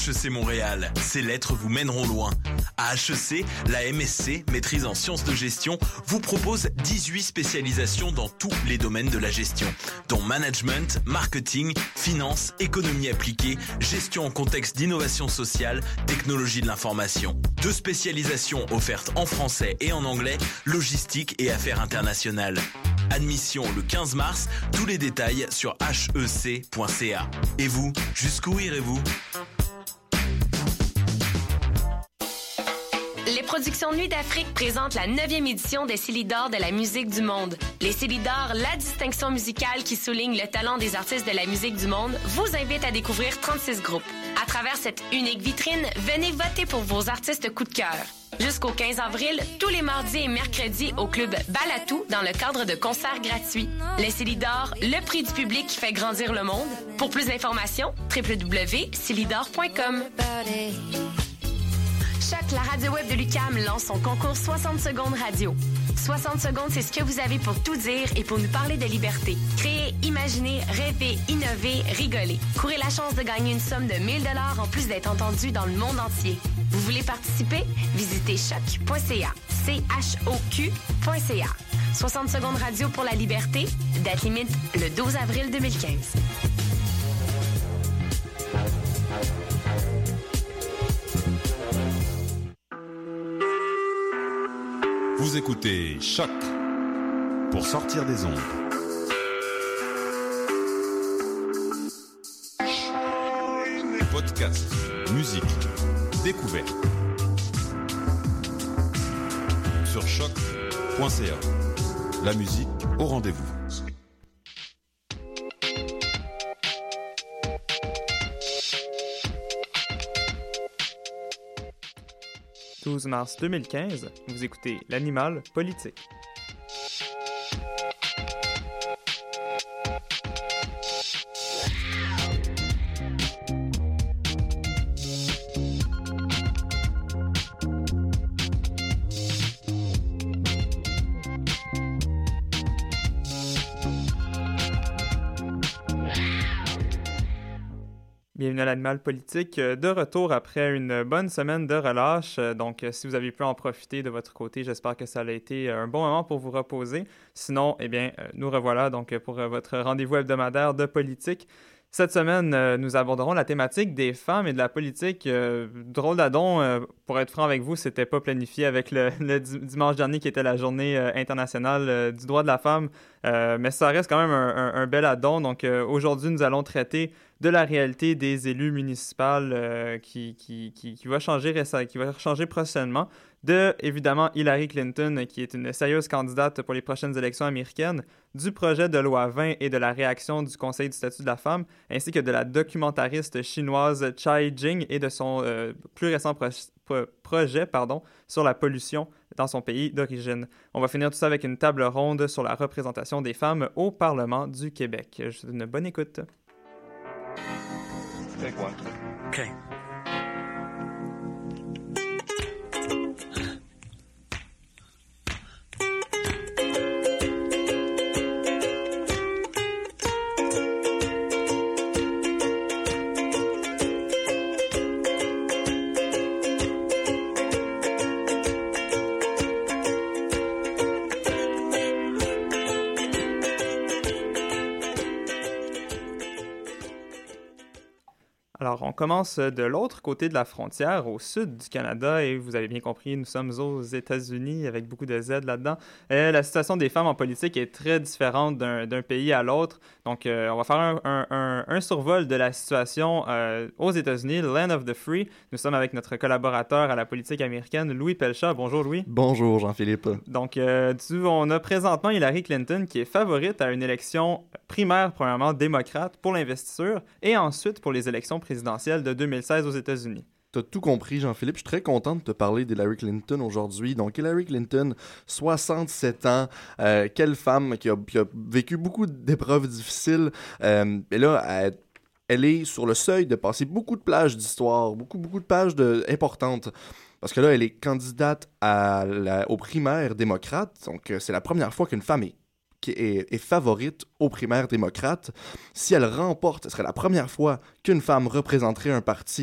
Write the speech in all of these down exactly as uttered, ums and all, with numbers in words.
H E C Montréal, ces lettres vous mèneront loin. À H E C, la M S C, maîtrise en sciences de gestion, vous propose dix-huit spécialisations dans tous les domaines de la gestion, dont management, marketing, finance, économie appliquée, gestion en contexte d'innovation sociale, technologie de l'information. Deux spécialisations offertes en français et en anglais, logistique et affaires internationales. Admission le quinze mars, tous les détails sur h e c point c a. Et vous, jusqu'où irez-vous? Les productions Nuit d'Afrique présentent la neuvième édition des Célidors de la musique du monde. Les Célidors, la distinction musicale qui souligne le talent des artistes de la musique du monde, vous invite à découvrir trente-six groupes. À travers cette unique vitrine, venez voter pour vos artistes coup de cœur. Jusqu'au quinze avril, tous les mardis et mercredis au club Balatou dans le cadre de concerts gratuits. Les Célidors, le prix du public qui fait grandir le monde. Pour plus d'informations, w w w point célidor point com. Choc, la radio web de l'U Q A M lance son concours soixante secondes radio. soixante secondes, c'est ce que vous avez pour tout dire et pour nous parler de liberté. Créer, imaginer, rêver, innover, rigoler. Courez la chance de gagner une somme de mille dollars en plus d'être entendu dans le monde entier. Vous voulez participer? Visitez choc point c a. C H O Q point c a. soixante secondes radio pour la liberté. Date limite le douze avril deux mille quinze. Vous écoutez Choc pour sortir des ondes. Podcast, musique, découverte. Sur choc point c a. La musique au rendez-vous. douze mars deux mille quinze, vous écoutez l'animal politique. Bienvenue à l'animal politique, de retour après une bonne semaine de relâche. Donc, si vous avez pu en profiter de votre côté, j'espère que ça a été un bon moment pour vous reposer. Sinon, eh bien, nous revoilà donc pour votre rendez-vous hebdomadaire de politique. Cette semaine, euh, nous aborderons la thématique des femmes et de la politique. Euh, drôle d'adon, euh, pour être franc avec vous, c'était pas planifié avec le, le dimanche dernier qui était la journée euh, internationale euh, du droit de la femme, euh, mais ça reste quand même un, un, un bel addon. Donc euh, aujourd'hui, nous allons traiter de la réalité des élus municipaux euh, qui, qui, qui, qui, va changer, qui va changer prochainement, de, évidemment, Hillary Clinton, qui est une sérieuse candidate pour les prochaines élections américaines, du projet de loi vingt et de la réaction du Conseil du statut de la femme, ainsi que de la documentariste chinoise Chai Jing et de son euh, plus récent pro- pro- projet pardon, sur la pollution dans son pays d'origine. On va finir tout ça avec une table ronde sur la représentation des femmes au Parlement du Québec. Je vous souhaite une bonne écoute. Take one. Okay. Alors, on commence de l'autre côté de la frontière, au sud du Canada, et vous avez bien compris, nous sommes aux États-Unis, avec beaucoup de Z là-dedans. Et la situation des femmes en politique est très différente d'un, d'un pays à l'autre. Donc, euh, on va faire un, un, un, un survol de la situation euh, aux États-Unis, Land of the Free. Nous sommes avec notre collaborateur à la politique américaine, Louis Pelchat. Bonjour, Louis. Bonjour, Jean-Philippe. Donc, euh, tu, on a présentement Hillary Clinton, qui est favorite à une élection primaire, premièrement, démocrate pour l'investiture, et ensuite pour les élections présidentielle de deux mille seize aux États-Unis. T'as tout compris, Jean-Philippe. Je suis très content de te parler d'Hillary Clinton aujourd'hui. Donc, Hillary Clinton, soixante-sept ans, euh, quelle femme qui a, qui a vécu beaucoup d'épreuves difficiles. Euh, et là, elle, elle est sur le seuil de passer beaucoup de pages d'histoire, beaucoup, beaucoup de pages de, importantes. Parce que là, elle est candidate à la, aux primaires démocrates. Donc, c'est la première fois qu'une femme est qui est, est favorite aux primaires démocrates. Si elle remporte, ce serait la première fois qu'une femme représenterait un parti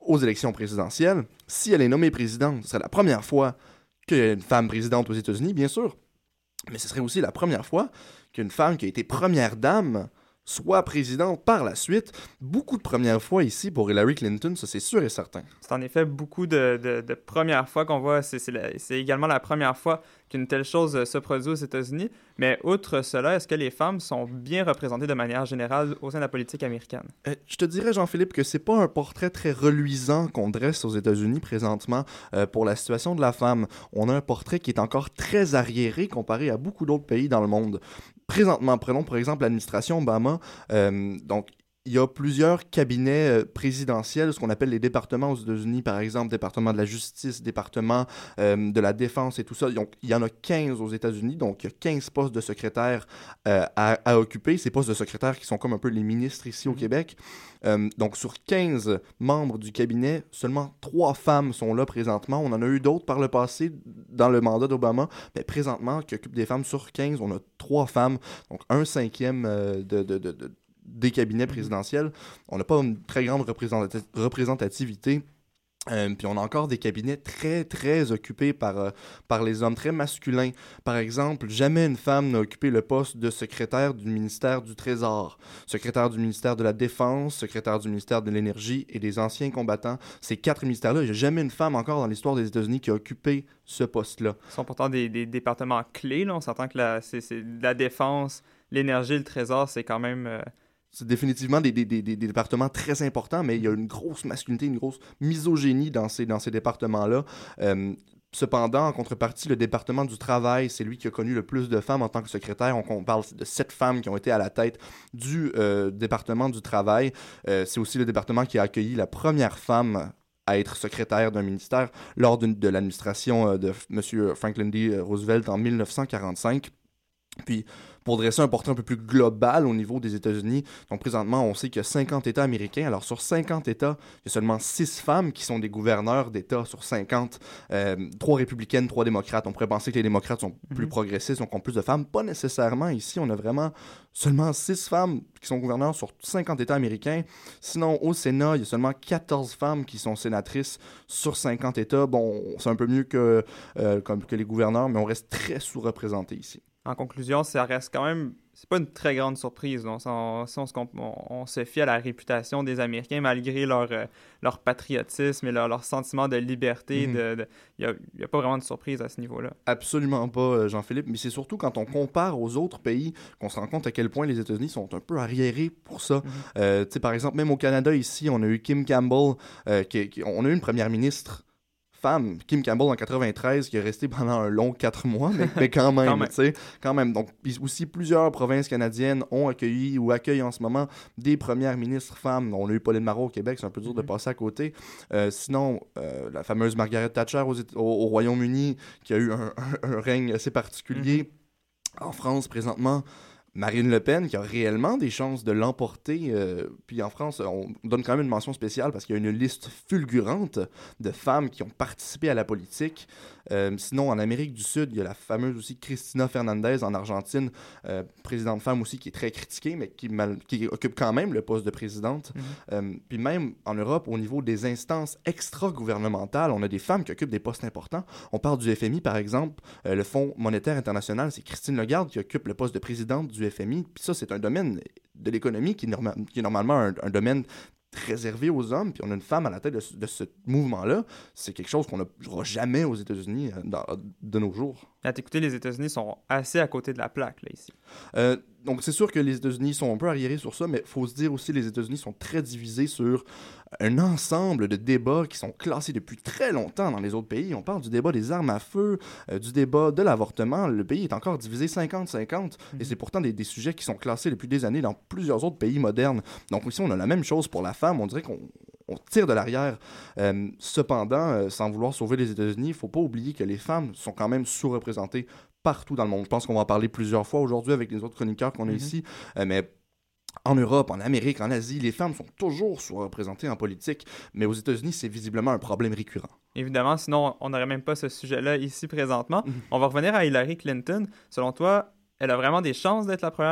aux élections présidentielles. Si elle est nommée présidente, ce serait la première fois qu'il y a une femme présidente aux États-Unis, bien sûr, mais ce serait aussi la première fois qu'une femme qui a été première dame soit présidente par la suite. Beaucoup de premières fois ici pour Hillary Clinton, ça c'est sûr et certain. C'est en effet beaucoup de, de, de premières fois qu'on voit. C'est, c'est, la, c'est également la première fois qu'une telle chose se produit aux États-Unis. Mais outre cela, est-ce que les femmes sont bien représentées de manière générale au sein de la politique américaine? Euh, je te dirais, Jean-Philippe, que c'est pas un portrait très reluisant qu'on dresse aux États-Unis présentement euh, pour la situation de la femme. On a un portrait qui est encore très arriéré comparé à beaucoup d'autres pays dans le monde. Présentement, prenons par exemple l'administration Obama. Euh, donc, il y a plusieurs cabinets euh, présidentiels, ce qu'on appelle les départements aux États-Unis, par exemple, département de la justice, département euh, de la défense et tout ça. Donc, il y en a quinze aux États-Unis, donc il y a quinze postes de secrétaire euh, à, à occuper. Ces postes de secrétaire qui sont comme un peu les ministres ici au Québec. Euh, donc, sur quinze membres du cabinet, seulement trois femmes sont là présentement. On en a eu d'autres par le passé dans le mandat d'Obama, mais présentement, qui occupent des femmes sur quinze, on a trois femmes, donc un cinquième euh, de, de, de, de des cabinets présidentiels. On n'a pas une très grande représentati- représentativité. Euh, puis on a encore des cabinets très, très occupés par, euh, par les hommes, très masculins. Par exemple, jamais une femme n'a occupé le poste de secrétaire du ministère du Trésor, secrétaire du ministère de la Défense, secrétaire du ministère de l'Énergie et des anciens combattants. Ces quatre ministères-là, il n'y a jamais une femme encore dans l'histoire des États-Unis qui a occupé ce poste-là. Ce sont pourtant des, des départements clés. Là. On s'entend que la, c'est, c'est la Défense, l'Énergie, le Trésor, c'est quand même... Euh... C'est définitivement des, des, des, des départements très importants, mais il y a une grosse masculinité, une grosse misogynie dans ces, dans ces départements-là. Euh, cependant, en contrepartie, le département du travail, c'est lui qui a connu le plus de femmes en tant que secrétaire. On, on parle de sept femmes qui ont été à la tête du euh, département du travail. Euh, c'est aussi le département qui a accueilli la première femme à être secrétaire d'un ministère lors de, de l'administration de M. Franklin D. Roosevelt en dix-neuf cent quarante-cinq. Puis, pour dresser un portrait un peu plus global au niveau des États-Unis, donc présentement, on sait qu'il y a cinquante États américains. Alors, sur cinquante États, il y a seulement six femmes qui sont des gouverneurs d'États sur cinquante. Euh, trois républicaines, trois démocrates. On pourrait penser que les démocrates sont mm-hmm. plus progressistes, donc ont plus de femmes. Pas nécessairement. Ici, on a vraiment seulement six femmes qui sont gouverneurs sur cinquante États américains. Sinon, au Sénat, il y a seulement quatorze femmes qui sont sénatrices sur cinquante États. Bon, c'est un peu mieux que, euh, comme, que les gouverneurs, mais on reste très sous-représentés ici. En conclusion, ça reste quand même... C'est pas une très grande surprise. On, on, on, on, on se fie à la réputation des Américains, malgré leur, euh, leur patriotisme et leur, leur sentiment de liberté. Il mm-hmm. n'y a, y a pas vraiment de surprise à ce niveau-là. Absolument pas, Jean-Philippe. Mais c'est surtout quand on compare aux autres pays qu'on se rend compte à quel point les États-Unis sont un peu arriérés pour ça. Mm-hmm. Euh, tu sais, par exemple, même au Canada, ici, on a eu Kim Campbell. Euh, qui, qui, on a eu une première ministre femme, Kim Campbell en quatre-vingt-treize, qui est restée pendant un long quatre mois, mais, mais quand même, tu sais, quand même. Donc, aussi, plusieurs provinces canadiennes ont accueilli ou accueillent en ce moment des premières ministres femmes. On a eu Pauline Marois au Québec, c'est un peu dur mm-hmm. de passer à côté. Euh, sinon, euh, la fameuse Margaret Thatcher aux, au, au Royaume-Uni, qui a eu un, un, un règne assez particulier. Mm-hmm. En France, présentement, Marine Le Pen, qui a réellement des chances de l'emporter. Euh, puis en France, on donne quand même une mention spéciale parce qu'il y a une liste fulgurante de femmes qui ont participé à la politique. Euh, sinon, en Amérique du Sud, il y a la fameuse aussi Cristina Fernandez en Argentine, euh, présidente femme aussi, qui est très critiquée, mais qui, mal, qui occupe quand même le poste de présidente. Mm-hmm. Euh, puis même en Europe, au niveau des instances extra-gouvernementales, on a des femmes qui occupent des postes importants. On parle du F M I, par exemple. Euh, le Fonds monétaire international, c'est Christine Lagarde qui occupe le poste de présidente du F M I. Puis ça, c'est un domaine de l'économie qui est, norma- qui est normalement un, un domaine réservé aux hommes, puis on a une femme à la tête de, de ce mouvement-là. C'est quelque chose qu'on n'aura jamais aux États-Unis dans, de nos jours. À t'écouter, les États-Unis sont assez à côté de la plaque, là, ici. Euh, donc, c'est sûr que les États-Unis sont un peu arriérés sur ça, mais il faut se dire aussi que les États-Unis sont très divisés sur un ensemble de débats qui sont classés depuis très longtemps dans les autres pays. On parle du débat des armes à feu, euh, du débat de l'avortement. Le pays est encore divisé cinquante cinquante, mmh. et c'est pourtant des, des sujets qui sont classés depuis des années dans plusieurs autres pays modernes. Donc ici, on a la même chose pour la femme. On dirait qu'on on tire de l'arrière. Euh, cependant, euh, sans vouloir sauver les États-Unis, il ne faut pas oublier que les femmes sont quand même sous-représentées partout dans le monde. Je pense qu'on va en parler plusieurs fois aujourd'hui avec les autres chroniqueurs qu'on a mmh. ici, euh, mais en Europe, en Amérique, en Asie, les femmes sont toujours sous-représentées en politique, mais aux États-Unis, c'est visiblement un problème récurrent. Évidemment, sinon on n'aurait même pas ce sujet-là ici présentement. Mmh. On va revenir à Hillary Clinton. Selon toi, elle a vraiment des chances d'être la première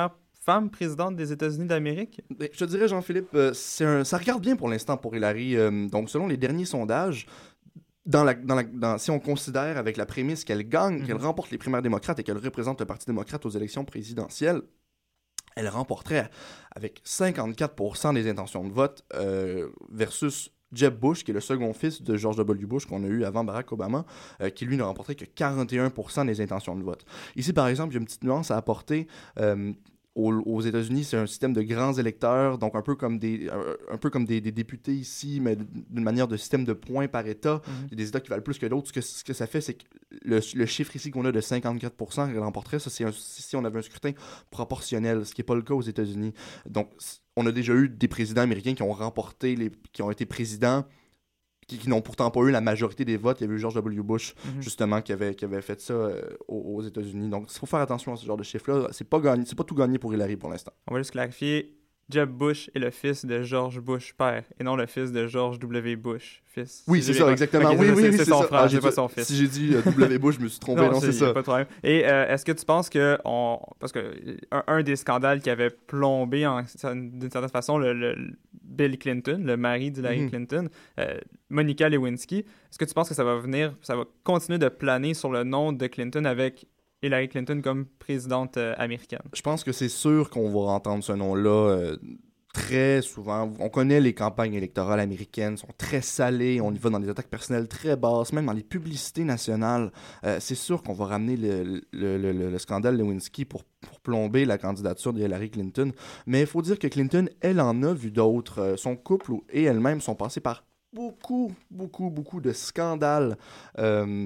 femme présidente des États-Unis d'Amérique? Je te dirais, Jean-Philippe, euh, c'est un... ça regarde bien pour l'instant pour Hillary. Euh, donc, selon les derniers sondages, Dans la, dans la, dans, si on considère avec la prémisse qu'elle gagne, mm-hmm. qu'elle remporte les primaires démocrates et qu'elle représente le Parti démocrate aux élections présidentielles, elle remporterait avec cinquante-quatre pour cent des intentions de vote euh, versus Jeb Bush, qui est le second fils de George W. Bush qu'on a eu avant Barack Obama, euh, qui lui ne remporterait que quarante et un pour cent des intentions de vote. Ici, par exemple, il y a une petite nuance à apporter. Euh, Aux, aux États-Unis, c'est un système de grands électeurs, donc un peu comme des, un, un peu comme des, des députés ici, mais d'une manière de système de points par État. Mm-hmm. Il y a des États qui valent plus que d'autres. Ce que, ce que ça fait, c'est que le, le chiffre ici qu'on a de cinquante-quatre pour cent qu'elle remporterait, ça, c'est un, si on avait un scrutin proportionnel, ce qui n'est pas le cas aux États-Unis. Donc, on a déjà eu des présidents américains qui ont remporté, les, qui ont été présidents, qui, qui n'ont pourtant pas eu la majorité des votes. Il y avait eu George W. Bush, mm-hmm. justement, qui avait, qui avait fait ça euh, aux, aux États-Unis. Donc, il faut faire attention à ce genre de chiffres-là. C'est pas gagné, c'est pas tout gagné pour Hillary pour l'instant. On va juste clarifier. Jeb Bush est le fils de George Bush père et non le fils de George W. Bush fils. Oui, si c'est ça, pas... exactement. Okay, oui, c'est, oui, c'est, oui, c'est, c'est son ça. frère, Ah, c'est pas son fils. Si j'ai dit euh, W. Bush, je me suis trompé. non, non, c'est, c'est ça. Pas de problème. Et euh, est-ce que tu penses que on, parce que un, un des scandales qui avait plombé en, d'une certaine façon le, le Bill Clinton, le mari d'Hillary mm-hmm. Clinton, euh, Monica Lewinsky, est-ce que tu penses que ça va venir, ça va continuer de planer sur le nom de Clinton avec Hillary Clinton comme présidente euh, américaine? Je pense que c'est sûr qu'on va entendre ce nom-là. Euh... Très souvent, on connaît les campagnes électorales américaines, sont très salées, on y va dans des attaques personnelles très basses, même dans les publicités nationales. Euh, c'est sûr qu'on va ramener le, le, le, le, le scandale Lewinsky pour, pour plomber la candidature de Hillary Clinton. Mais il faut dire que Clinton, elle en a vu d'autres. Euh, son couple et elle-même sont passés par beaucoup, beaucoup, beaucoup de scandales, euh,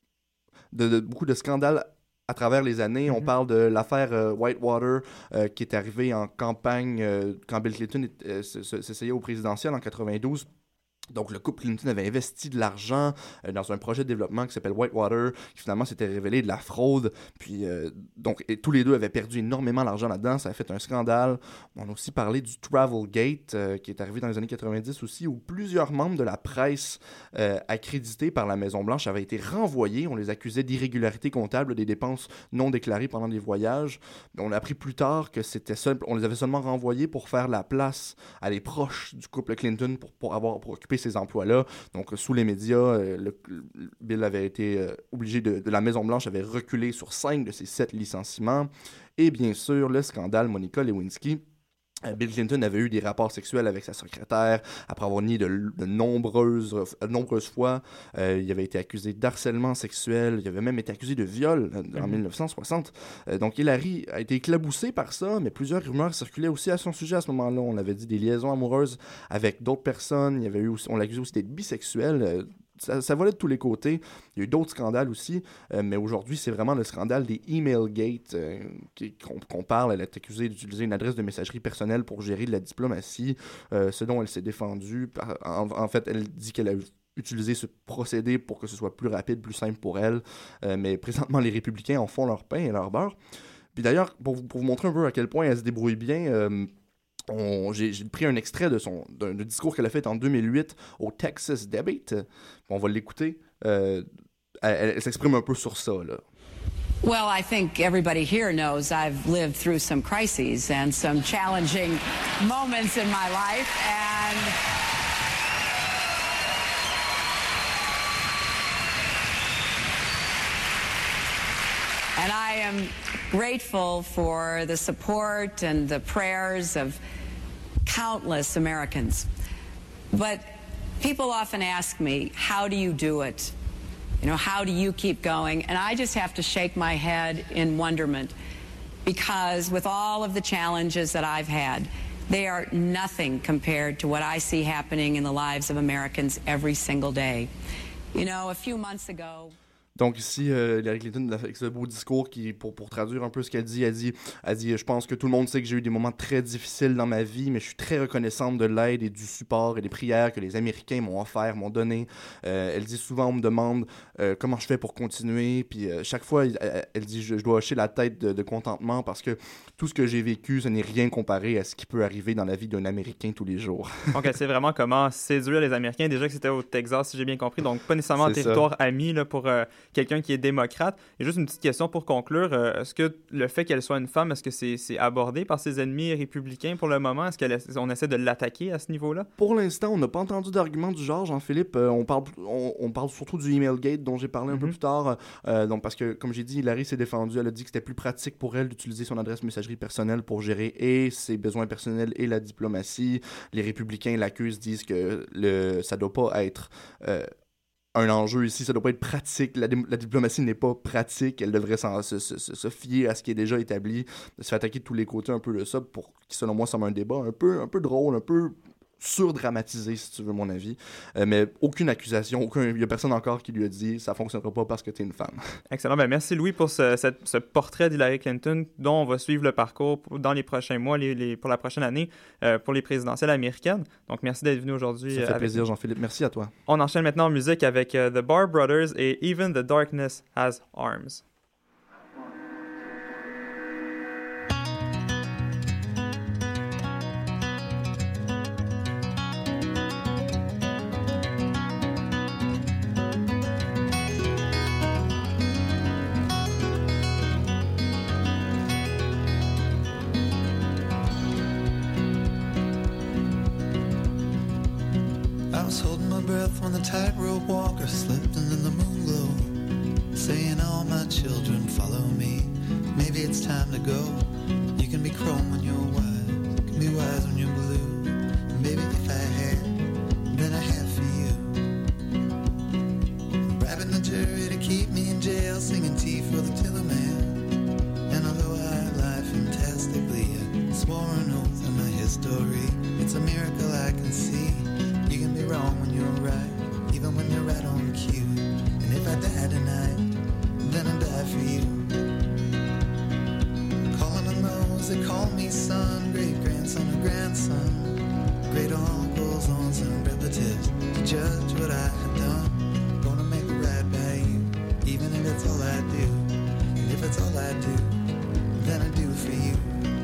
de, de, beaucoup de scandales à travers les années. Mm-hmm. On parle de l'affaire euh, Whitewater euh, qui est arrivée en campagne euh, quand Bill Clinton euh, s'essayait au présidentiel en quatre-vingt-douze. Donc, le couple Clinton avait investi de l'argent euh, dans un projet de développement qui s'appelle Whitewater, qui finalement s'était révélé de la fraude. Puis, euh, donc, et tous les deux avaient perdu énormément d'argent là-dedans. Ça a fait un scandale. On a aussi parlé du Travelgate, euh, qui est arrivé dans les années quatre-vingt-dix aussi, où plusieurs membres de la presse euh, accrédités par la Maison-Blanche avaient été renvoyés. On les accusait d'irrégularité comptable, des dépenses non déclarées pendant des voyages. On a appris plus tard que c'était seul, on les avait seulement renvoyés pour faire la place à les proches du couple Clinton pour, pour avoir pour occuper ces emplois-là. Donc, sous les médias, euh, le, le Bill avait été euh, obligé de, de la Maison-Blanche avait reculé sur cinq de ses sept licenciements. Et bien sûr, le scandale Monica Lewinsky. Euh, Bill Clinton avait eu des rapports sexuels avec sa secrétaire après avoir nié de, de nombreuses, de nombreuses fois. Euh, il avait été accusé d'harcèlement sexuel. Il avait même été accusé de viol euh, en mm-hmm. dix-neuf cent soixante. Euh, donc, Hillary a été éclaboussée par ça, mais plusieurs rumeurs circulaient aussi à son sujet à ce moment-là. On avait dit des liaisons amoureuses avec d'autres personnes. Il y avait eu aussi, on l'accusait aussi d'être bisexuel. Euh, Ça, ça volait de tous les côtés. Il y a eu d'autres scandales aussi, euh, mais aujourd'hui, c'est vraiment le scandale des Emailgate euh, qui, qu'on, qu'on parle. Elle est accusée d'utiliser une adresse de messagerie personnelle pour gérer de la diplomatie, euh, ce dont elle s'est défendue. En, en fait, elle dit qu'elle a utilisé ce procédé pour que ce soit plus rapide, plus simple pour elle, euh, mais présentement, les républicains en font leur pain et leur beurre. Puis d'ailleurs, pour vous, pour vous montrer un peu à quel point elle se débrouille bien... Euh, On, j'ai, j'ai pris un extrait de son d'un, d'un discours qu'elle a fait en deux mille huit au Texas Debate. On va l'écouter. Euh, elle, elle s'exprime un peu sur ça, là. Well, I think everybody here knows I've lived through some crises and some challenging moments in my life, and and I am grateful for the support and the prayers of countless Americans. But people often ask me, how do you do it? You know, how do you keep going? And I just have to shake my head in wonderment, because with all of the challenges that I've had, they are nothing compared to what I see happening in the lives of Americans every single day. You know, a few months ago... Donc ici, euh, Hillary Clinton, avec ce beau discours, qui, pour, pour traduire un peu ce qu'elle dit, elle dit, elle dit « Je pense que tout le monde sait que j'ai eu des moments très difficiles dans ma vie, mais je suis très reconnaissante de l'aide et du support et des prières que les Américains m'ont offert, m'ont donné. Euh, » Elle dit souvent, on me demande euh, comment je fais pour continuer, puis euh, chaque fois, elle, elle dit je, « Je dois hocher la tête de, de contentement parce que tout ce que j'ai vécu, ce n'est rien comparé à ce qui peut arriver dans la vie d'un Américain tous les jours. » Donc, elle sait vraiment comment séduire les Américains. Déjà que c'était au Texas, si j'ai bien compris, donc pas nécessairement un territoire ami là, pour... Euh, quelqu'un qui est démocrate. Et juste une petite question pour conclure, euh, est-ce que le fait qu'elle soit une femme, est-ce que c'est, c'est abordé par ses ennemis républicains pour le moment? Est-ce qu'on essaie de l'attaquer à ce niveau-là? Pour l'instant, on n'a pas entendu d'argument du genre, Jean-Philippe. Euh, on, parle, on, on parle surtout du Emailgate dont j'ai parlé un mm-hmm. peu plus tard. Euh, donc parce que, comme j'ai dit, Hillary s'est défendue. Elle a dit que c'était plus pratique pour elle d'utiliser son adresse messagerie personnelle pour gérer et ses besoins personnels et la diplomatie. Les républicains l'accusent, disent que le, ça doit pas être euh, un enjeu ici, ça doit pas être pratique. La, la diplomatie n'est pas pratique. Elle devrait se, se, se, se fier à ce qui est déjà établi. Elle se fait attaquer de tous les côtés un peu de ça pour qui, selon moi, semble un débat un peu, un peu drôle, un peu surdramatisé, si tu veux mon avis. Euh, mais aucune accusation, aucun, il n'y a personne encore qui lui a dit « ça ne fonctionnera pas parce que tu es une femme ». Excellent. Ben, merci Louis pour ce, cette, ce portrait d'Hillary Clinton dont on va suivre le parcours dans les prochains mois, les, les, pour la prochaine année, euh, pour les présidentielles américaines. Donc merci d'être venu aujourd'hui. Ça fait avec plaisir nous. Jean-Philippe. Merci à toi. On enchaîne maintenant en musique avec uh, The Barr Brothers et Even the Darkness Has Arms. When the tightrope walker slipped into the moon glow, saying all my children follow me, maybe it's time to go. You can be chrome when you're wise, you can be wise when you're blue. Maybe if I had, then I had for you. Bribing the jury to keep me in jail, singing tea for the tiller man. And although I lie fantastically, I swore an oath in my history. It's a miracle I can see. You can be wrong when you're right, even when you're right on cue. And if I die tonight, then I die for you. Calling on those that call me son, great-grandson or grandson, great uncles, aunts and relatives, to judge what I have done. Gonna make it right by you, even if it's all I do. And if it's all I do, then I do for you.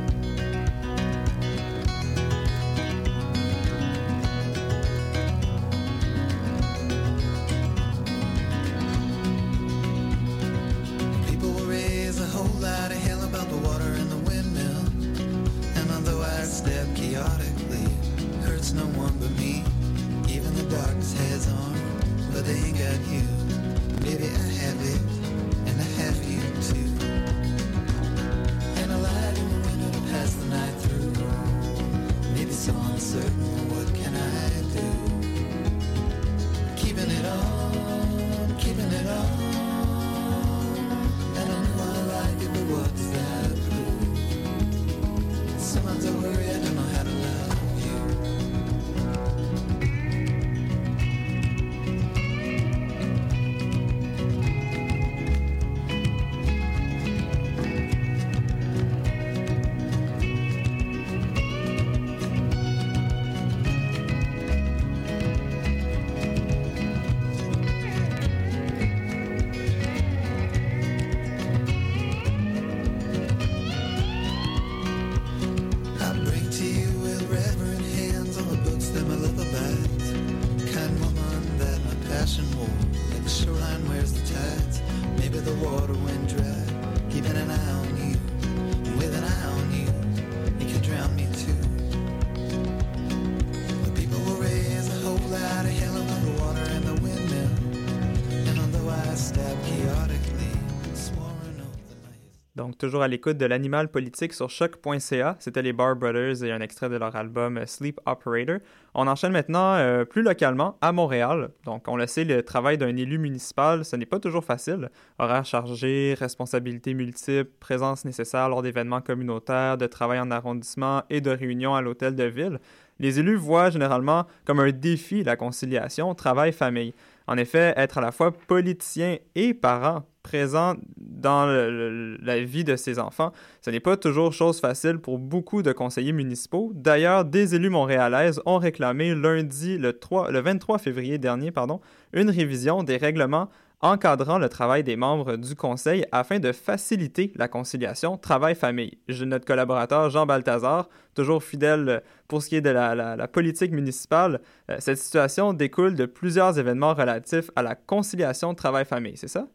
Donc, toujours à l'écoute de l'animal politique sur choc point c a. C'était les Barr Brothers et un extrait de leur album Sleep Operator. On enchaîne maintenant euh, plus localement à Montréal. Donc, on le sait, le travail d'un élu municipal, ce n'est pas toujours facile. Horaires chargés, responsabilités multiples, présence nécessaire lors d'événements communautaires, de travail en arrondissement et de réunions à l'hôtel de ville. Les élus voient généralement comme un défi la conciliation travail-famille. En effet, être à la fois politicien et parent présent dans le, le, la vie de ses enfants, ce n'est pas toujours chose facile pour beaucoup de conseillers municipaux. D'ailleurs, des élus montréalaises ont réclamé lundi, le, trois, le vingt-trois février dernier, pardon, une révision des règlements encadrant le travail des membres du conseil afin de faciliter la conciliation travail-famille. Notre collaborateur Jean Balthazar, toujours fidèle pour ce qui est de la, la, la politique municipale, euh, cette situation découle de plusieurs événements relatifs à la conciliation travail-famille, c'est ça?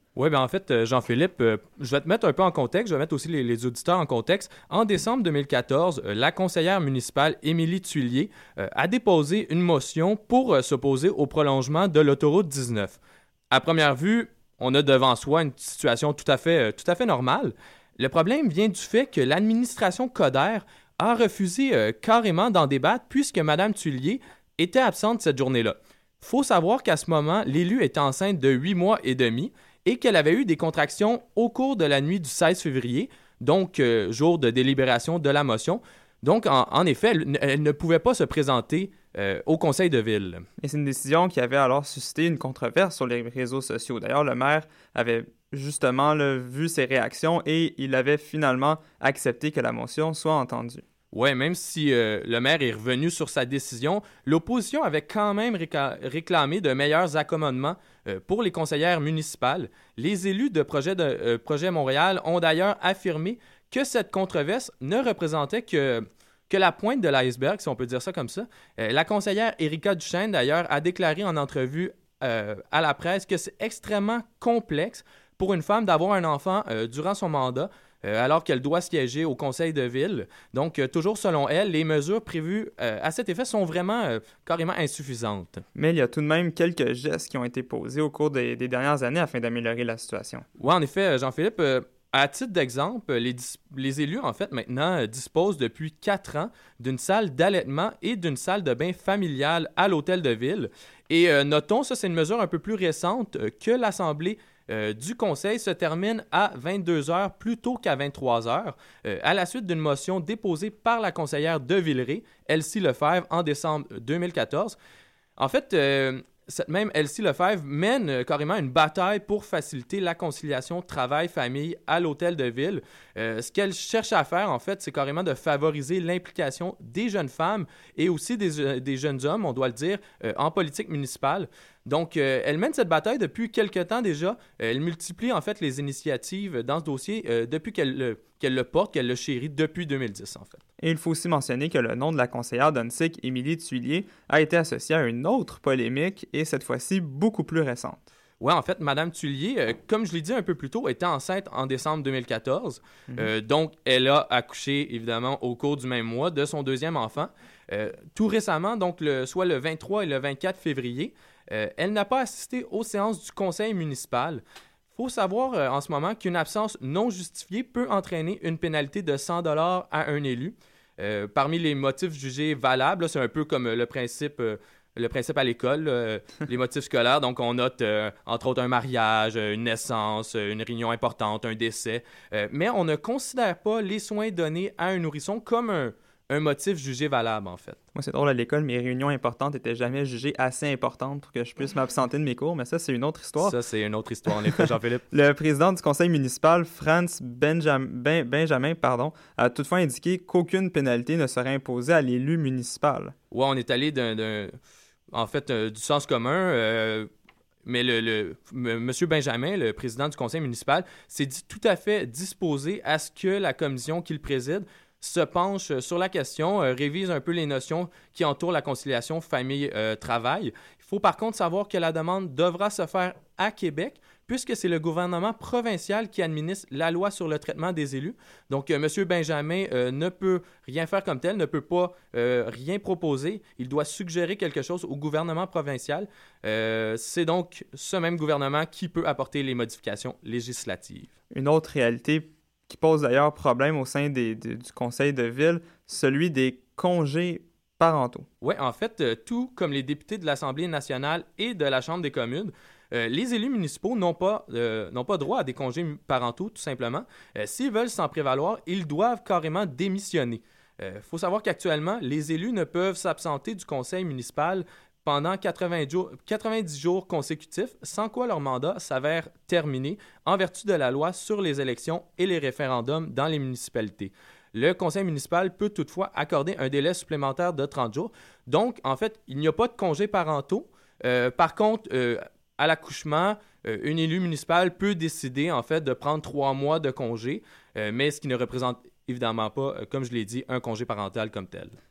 Oui, bien en fait, Jean-Philippe, euh, je vais te mettre un peu en contexte, je vais mettre aussi les, les auditeurs en contexte. En décembre deux mille quatorze, euh, la conseillère municipale Émilie Thuillier euh, a déposé une motion pour euh, s'opposer au prolongement de l'autoroute dix-neuf. À première vue, on a devant soi une situation tout à fait, euh, tout à fait normale. Le problème vient du fait que l'administration Coder a refusé euh, carrément d'en débattre puisque Mme Thuillier était absente cette journée-là. Il faut savoir qu'à ce moment, l'élu était enceinte de huit mois et demi et qu'elle avait eu des contractions au cours de la nuit du seize février, donc euh, jour de délibération de la motion. Donc, en, en effet, elle, elle ne pouvait pas se présenter euh, au conseil de ville. Et c'est une décision qui avait alors suscité une controverse sur les réseaux sociaux. D'ailleurs, le maire avait justement là, vu ces réactions et il avait finalement accepté que la motion soit entendue. Oui, même si euh, le maire est revenu sur sa décision, l'opposition avait quand même réca- réclamé de meilleurs accommodements euh, pour les conseillères municipales. Les élus de Projet, de, euh, Projet Montréal ont d'ailleurs affirmé que cette controverse ne représentait que, que la pointe de l'iceberg, si on peut dire ça comme ça. Euh, la conseillère Érika Duchesne, d'ailleurs, a déclaré en entrevue euh, à la presse que c'est extrêmement complexe pour une femme d'avoir un enfant euh, durant son mandat, Euh, alors qu'elle doit siéger au conseil de ville. Donc, euh, toujours selon elle, les mesures prévues euh, à cet effet sont vraiment euh, carrément insuffisantes. Mais il y a tout de même quelques gestes qui ont été posés au cours des, des dernières années afin d'améliorer la situation. Oui, en effet, Jean-Philippe, euh, à titre d'exemple, les, dis- les élus, en fait, maintenant, euh, disposent depuis quatre ans d'une salle d'allaitement et d'une salle de bain familiale à l'hôtel de ville. Et euh, notons, ça, c'est une mesure un peu plus récente euh, que l'Assemblée Euh, du conseil se termine à vingt-deux heures plutôt qu'à vingt-trois heures, euh, à la suite d'une motion déposée par la conseillère de Villeray, Elsie Lefebvre, en décembre deux mille quatorze. En fait, euh, cette même Elsie Lefebvre mène euh, carrément une bataille pour faciliter la conciliation travail-famille à l'hôtel de ville. Euh, ce qu'elle cherche à faire, en fait, c'est carrément de favoriser l'implication des jeunes femmes et aussi des, euh, des jeunes hommes, on doit le dire, euh, en politique municipale. Donc, euh, elle mène cette bataille depuis quelque temps déjà. Euh, elle multiplie en fait les initiatives dans ce dossier euh, depuis qu'elle, euh, qu'elle le porte, qu'elle le chérit depuis deux mille dix en fait. Et il faut aussi mentionner que le nom de la conseillère d'Unsick, Émilie Thuillier, a été associé à une autre polémique et cette fois-ci beaucoup plus récente. Oui, en fait, Mme Thuillier, euh, comme je l'ai dit un peu plus tôt, était enceinte en décembre deux mille quatorze. Mm-hmm. Euh, donc, elle a accouché, évidemment, au cours du même mois de son deuxième enfant. Euh, tout récemment, donc le, soit le vingt-trois et le vingt-quatre février, euh, elle n'a pas assisté aux séances du conseil municipal. Il faut savoir euh, en ce moment qu'une absence non justifiée peut entraîner une pénalité de cent dollars à un élu. Euh, parmi les motifs jugés valables, là, c'est un peu comme euh, le principe... Euh, Le principe à l'école, euh, les motifs scolaires, donc on note euh, entre autres un mariage, une naissance, une réunion importante, un décès, euh, mais on ne considère pas les soins donnés à un nourrisson comme un, un motif jugé valable en fait. Moi c'est drôle, à l'école, mes réunions importantes n'étaient jamais jugées assez importantes pour que je puisse m'absenter de mes cours, mais ça c'est une autre histoire. Ça c'est une autre histoire en effet, Jean-Philippe. Le président du conseil municipal, Franz Benjam... ben... Benjamin, pardon, a toutefois indiqué qu'aucune pénalité ne serait imposée à l'élu municipal. Ouais, on est allé d'un... d'un... En fait, euh, du sens commun, euh, mais le, le M. Benjamin, le président du conseil municipal, s'est dit tout à fait disposé à ce que la commission qu'il préside se penche sur la question, euh, révise un peu les notions qui entourent la conciliation famille-travail. Il faut par contre savoir que la demande devra se faire à Québec, puisque c'est le gouvernement provincial qui administre la loi sur le traitement des élus. Donc, euh, M. Benjamin euh, ne peut rien faire comme tel, ne peut pas euh, rien proposer. Il doit suggérer quelque chose au gouvernement provincial. Euh, c'est donc ce même gouvernement qui peut apporter les modifications législatives. Une autre réalité qui pose d'ailleurs problème au sein des, des, du conseil de ville, celui des congés parentaux. Oui, en fait, euh, tout comme les députés de l'Assemblée nationale et de la Chambre des communes, Euh, les élus municipaux n'ont pas, euh, n'ont pas droit à des congés parentaux, tout simplement. Euh, s'ils veulent s'en prévaloir, ils doivent carrément démissionner. Il euh, faut savoir qu'actuellement, les élus ne peuvent s'absenter du conseil municipal pendant quatre-vingts jours, quatre-vingt-dix jours consécutifs, sans quoi leur mandat s'avère terminé en vertu de la loi sur les élections et les référendums dans les municipalités. Le conseil municipal peut toutefois accorder un délai supplémentaire de trente jours. Donc, en fait, il n'y a pas de congés parentaux. Euh, par contre, euh, à l'accouchement, euh, une élue municipale peut décider en fait de prendre trois mois de congé, euh, mais ce qui ne représente évidemment pas, euh, comme je l'ai dit, un congé parental comme tel.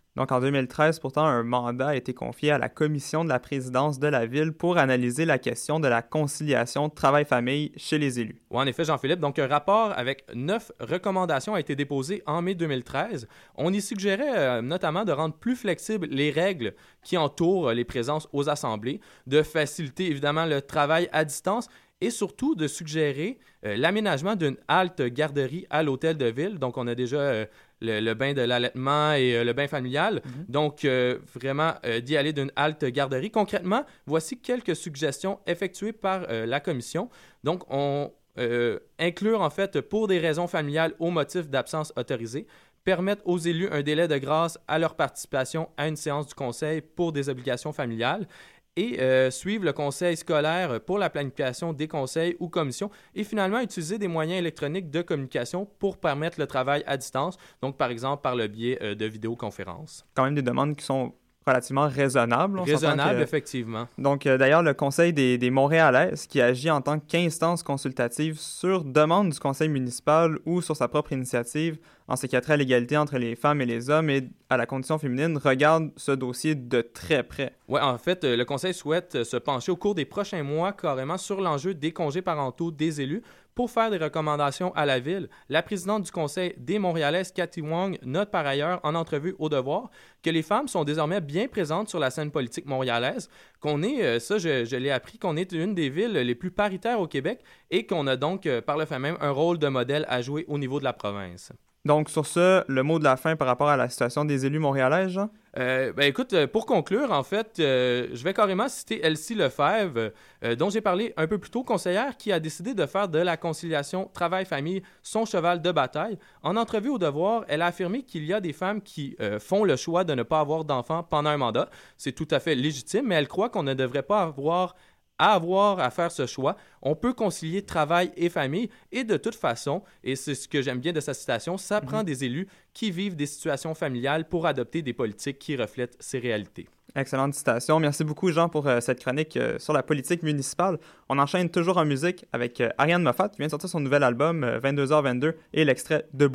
Donc, en deux mille treize, pourtant, un mandat a été confié à la commission de la présidence de la ville pour analyser la question de la conciliation travail-famille chez les élus. Oui, en effet, Jean-Philippe. Donc, un rapport avec neuf recommandations a été déposé en mai deux mille treize. On y suggérait euh, notamment de rendre plus flexibles les règles qui entourent les présences aux assemblées, de faciliter évidemment le travail à distance et surtout de suggérer euh, l'aménagement d'une halte garderie à l'hôtel de ville. Donc, on a déjà euh, le, le bain de l'allaitement et euh, le bain familial. Mm-hmm. Donc, euh, vraiment, euh, d'y aller d'une halte garderie. Concrètement, voici quelques suggestions effectuées par euh, la commission. Donc, on euh, inclure, en fait, pour des raisons familiales au motif d'absence autorisée, permettre aux élus un délai de grâce à leur participation à une séance du conseil pour des obligations familiales, et euh, suivre le conseil scolaire pour la planification des conseils ou commissions et finalement utiliser des moyens électroniques de communication pour permettre le travail à distance, donc par exemple par le biais euh, de vidéoconférences. Quand même des demandes qui sont relativement raisonnables. Raisonnable, que... effectivement. Donc, euh, d'ailleurs, le Conseil des, des Montréalaises, qui agit en tant qu'instance consultative sur demande du conseil municipal ou sur sa propre initiative en ce qui a trait à l'égalité entre les femmes et les hommes et à la condition féminine, regarde ce dossier de très près. Oui, en fait, le Conseil souhaite se pencher au cours des prochains mois carrément sur l'enjeu des congés parentaux des élus pour faire des recommandations à la Ville. La présidente du Conseil des Montréalaises, Cathy Wong, note par ailleurs en entrevue au Devoir que les femmes sont désormais bien présentes sur la scène politique montréalaise, qu'on est, ça je, je l'ai appris, qu'on est une des villes les plus paritaires au Québec et qu'on a donc par le fait même un rôle de modèle à jouer au niveau de la province. Donc, sur ce, le mot de la fin par rapport à la situation des élus montréalais, Jean? Euh, ben écoute, pour conclure, en fait, euh, je vais carrément citer Elsie Lefebvre, euh, dont j'ai parlé un peu plus tôt, conseillère qui a décidé de faire de la conciliation travail-famille son cheval de bataille. En entrevue au Devoir, elle a affirmé qu'il y a des femmes qui euh, font le choix de ne pas avoir d'enfants pendant un mandat. C'est tout à fait légitime, mais elle croit qu'on ne devrait pas avoir à avoir à faire ce choix. On peut concilier travail et famille et de toute façon, et c'est ce que j'aime bien de sa citation, ça mm-hmm. prend des élus qui vivent des situations familiales pour adopter des politiques qui reflètent ces réalités. Excellente citation. Merci beaucoup, Jean, pour euh, cette chronique euh, sur la politique municipale. On enchaîne toujours en musique avec euh, Ariane Moffat qui vient de sortir son nouvel album euh, vingt-deux heures vingt-deux et l'extrait « Debout ».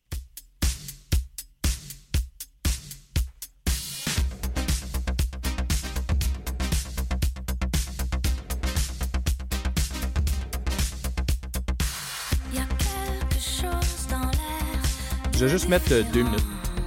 Je vais juste mettre euh, deux minutes.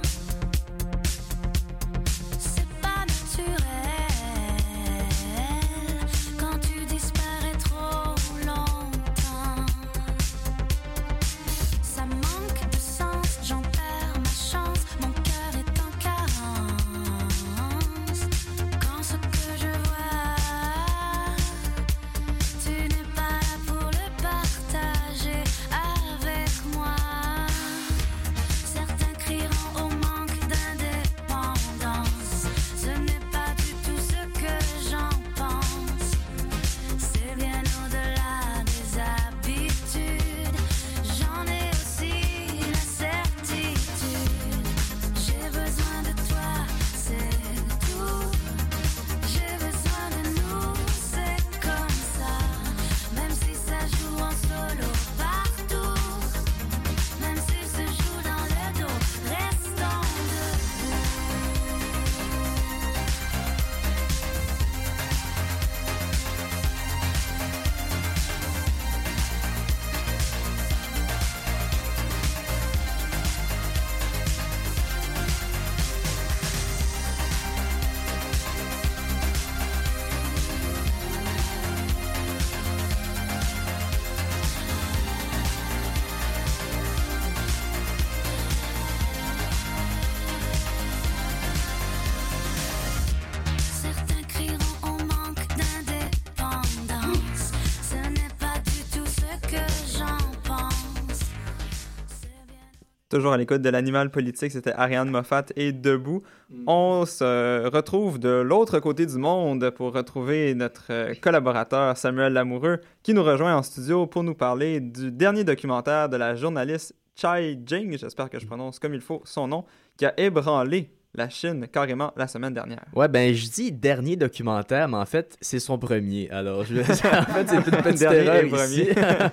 Toujours à l'écoute de l'animal politique, c'était Ariane Moffat et Debout. Mm. On se retrouve de l'autre côté du monde pour retrouver notre collaborateur Samuel Lamoureux qui nous rejoint en studio pour nous parler du dernier documentaire de la journaliste Chai Jing, j'espère que je prononce comme il faut son nom, qui a ébranlé la Chine carrément la semaine dernière. Ouais, ben je dis dernier documentaire, mais en fait, c'est son premier. Alors, je... en fait, c'est une petite erreur ici.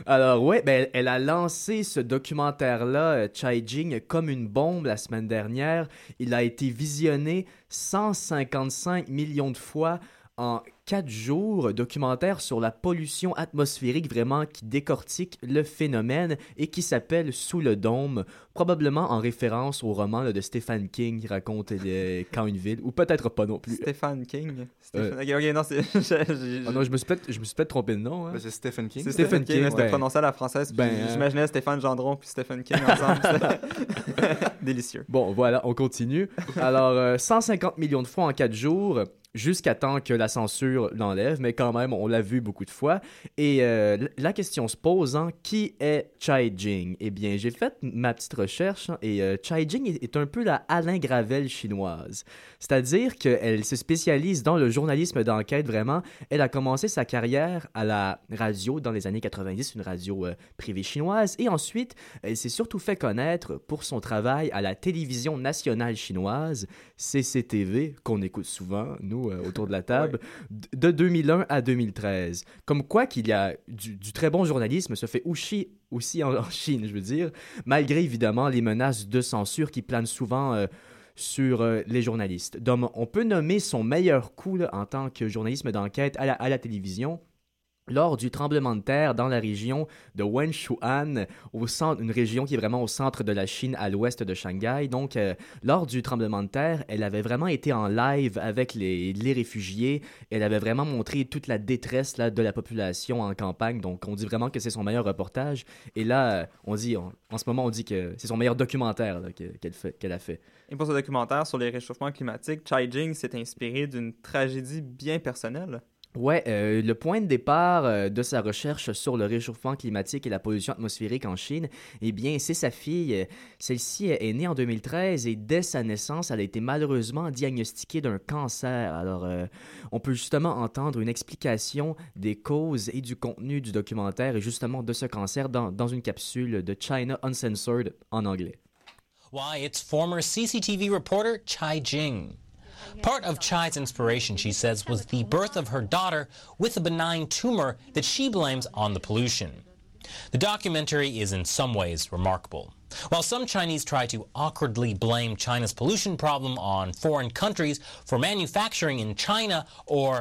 Alors, ouais, ben, elle a lancé ce documentaire-là, euh, Chai Jing, comme une bombe la semaine dernière. Il a été visionné cent cinquante-cinq millions de fois en quatre jours, documentaire sur la pollution atmosphérique vraiment qui décortique le phénomène et qui s'appelle Sous le dôme, probablement en référence au roman là, de Stephen King qui raconte le, quand une ville, ou peut-être pas non plus. Stephen King. Euh. Stephen... Ok, ok, non, c'est... j'ai- j'ai- Ah non, je me suis peut-être, je me suis peut-être trompé de nom. Hein. Ben, c'est Stephen King. C'est Stephen Stephen King, King, mais c'était ben- prononcé à la française. Puis ben, hein. j'imaginais Stéphane Gendron puis Stephen King ensemble. C'était délicieux. Bon, voilà, on continue. Alors, euh, cent cinquante millions de fois en quatre jours, jusqu'à temps que la censure l'enlève, mais quand même, on l'a vu beaucoup de fois. Et euh, la question se pose, hein, qui est Chai Jing? Eh bien, j'ai fait ma petite recherche, hein, et euh, Chai Jing est, est un peu la Alain Gravel chinoise. C'est-à-dire qu'elle se spécialise dans le journalisme d'enquête, vraiment. Elle a commencé sa carrière à la radio dans les années quatre-vingt-dix, une radio euh, privée chinoise, et ensuite, elle s'est surtout fait connaître pour son travail à la télévision nationale chinoise, C C T V, qu'on écoute souvent, nous, euh, autour de la table, d- de deux mille un à deux mille treize. Comme quoi qu'il y a du, du très bon journalisme se fait aussi, aussi en, en Chine, je veux dire, malgré évidemment les menaces de censure qui planent souvent euh, sur euh, les journalistes. Donc, on peut nommer son meilleur coup là, en tant que journalisme d'enquête à la, à la télévision lors du tremblement de terre dans la région de Wenshuan, au centre, une région qui est vraiment au centre de la Chine, à l'ouest de Shanghai. Donc, euh, lors du tremblement de terre, elle avait vraiment été en live avec les, les réfugiés. Elle avait vraiment montré toute la détresse là, de la population en campagne. Donc, on dit vraiment que c'est son meilleur reportage. Et là, euh, on dit, on- en ce moment, on dit que c'est son meilleur documentaire là, que- qu'elle fait- qu'elle a fait. Et pour ce documentaire sur les réchauffements climatiques, Chai Jing s'est inspiré d'une tragédie bien personnelle. Ouais, euh, le point de départ euh, de sa recherche sur le réchauffement climatique et la pollution atmosphérique en Chine, eh bien, c'est sa fille. Euh, Celle-ci est née en deux mille treize et dès sa naissance, elle a été malheureusement diagnostiquée d'un cancer. Alors, euh, on peut justement entendre une explication des causes et du contenu du documentaire et justement de ce cancer dans, dans une capsule de China Uncensored en anglais. Why, it's former C C T V reporter Chai Jing. Part of Chai's inspiration, she says, was the birth of her daughter with a benign tumor that she blames on the pollution. The documentary is in some ways remarkable. While some Chinese try to awkwardly blame China's pollution problem on foreign countries for manufacturing in China or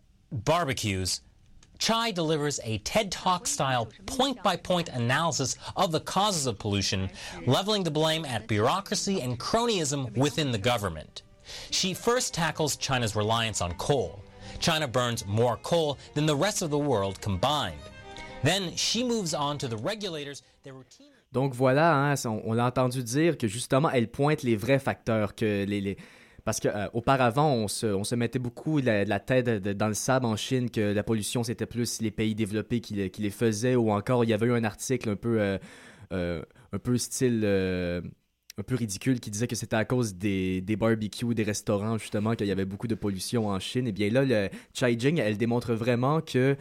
barbecues, Chai delivers a TED Talk-style point-by-point analysis of the causes of pollution, leveling the blame at bureaucracy and cronyism within the government. She first tackles China's reliance on coal. China burns more coal than the rest of the world combined. Then she moves on to the regulators. Their routine... Donc voilà, hein, on, on a entendu dire que justement, elle pointe les vrais facteurs, que les... les... Parce qu'auparavant, euh, on, se, on se mettait beaucoup la, la tête de, dans le sable en Chine, que la pollution, c'était plus les pays développés qui, qui les faisaient, ou encore, il y avait eu un article un peu, euh, euh, un peu style... Euh, un peu ridicule qui disait que c'était à cause des, des barbecues, des restaurants, justement, qu'il y avait beaucoup de pollution en Chine. Et bien là, le Chai Jing, elle démontre vraiment que...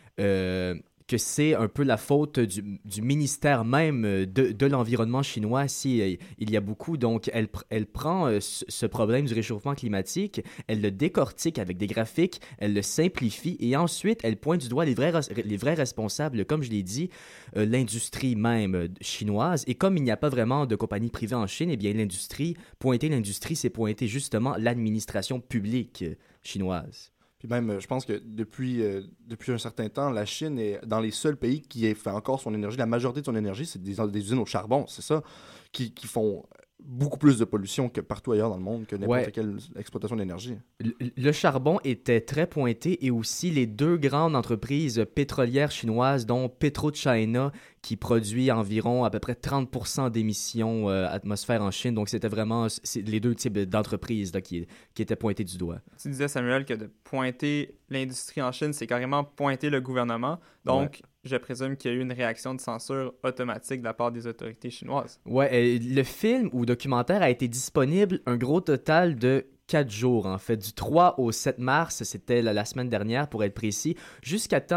Euh, que c'est un peu la faute du, du ministère même de, de l'environnement chinois si euh, il y a beaucoup. Donc, elle, elle prend euh, ce problème du réchauffement climatique, elle le décortique avec des graphiques, elle le simplifie et ensuite, elle pointe du doigt les vrais, les vrais responsables, comme je l'ai dit, euh, l'industrie même chinoise. Et comme il n'y a pas vraiment de compagnie privée en Chine, eh bien, l'industrie, pointer l'industrie, c'est pointer justement l'administration publique chinoise. Puis même, je pense que depuis, euh, depuis un certain temps, la Chine est dans les seuls pays qui fait encore son énergie. La majorité de son énergie, c'est des, des usines au charbon, c'est ça, qui, qui font beaucoup plus de pollution que partout ailleurs dans le monde, que n'importe ouais. quelle exploitation d'énergie. Le, le charbon était très pointé et aussi les deux grandes entreprises pétrolières chinoises, dont PetroChina, qui produit environ à peu près trente pour cent d'émissions euh, atmosphère en Chine. Donc, c'était vraiment les deux types d'entreprises là, qui, qui étaient pointées du doigt. Tu disais, Samuel, que de pointer l'industrie en Chine, c'est carrément pointer le gouvernement. Donc, ouais. je présume qu'il y a eu une réaction de censure automatique de la part des autorités chinoises. Ouais, euh, le film ou documentaire a été disponible un gros total de quatre jours, en fait. Du trois au sept mars, c'était la, la semaine dernière, pour être précis, jusqu'à temps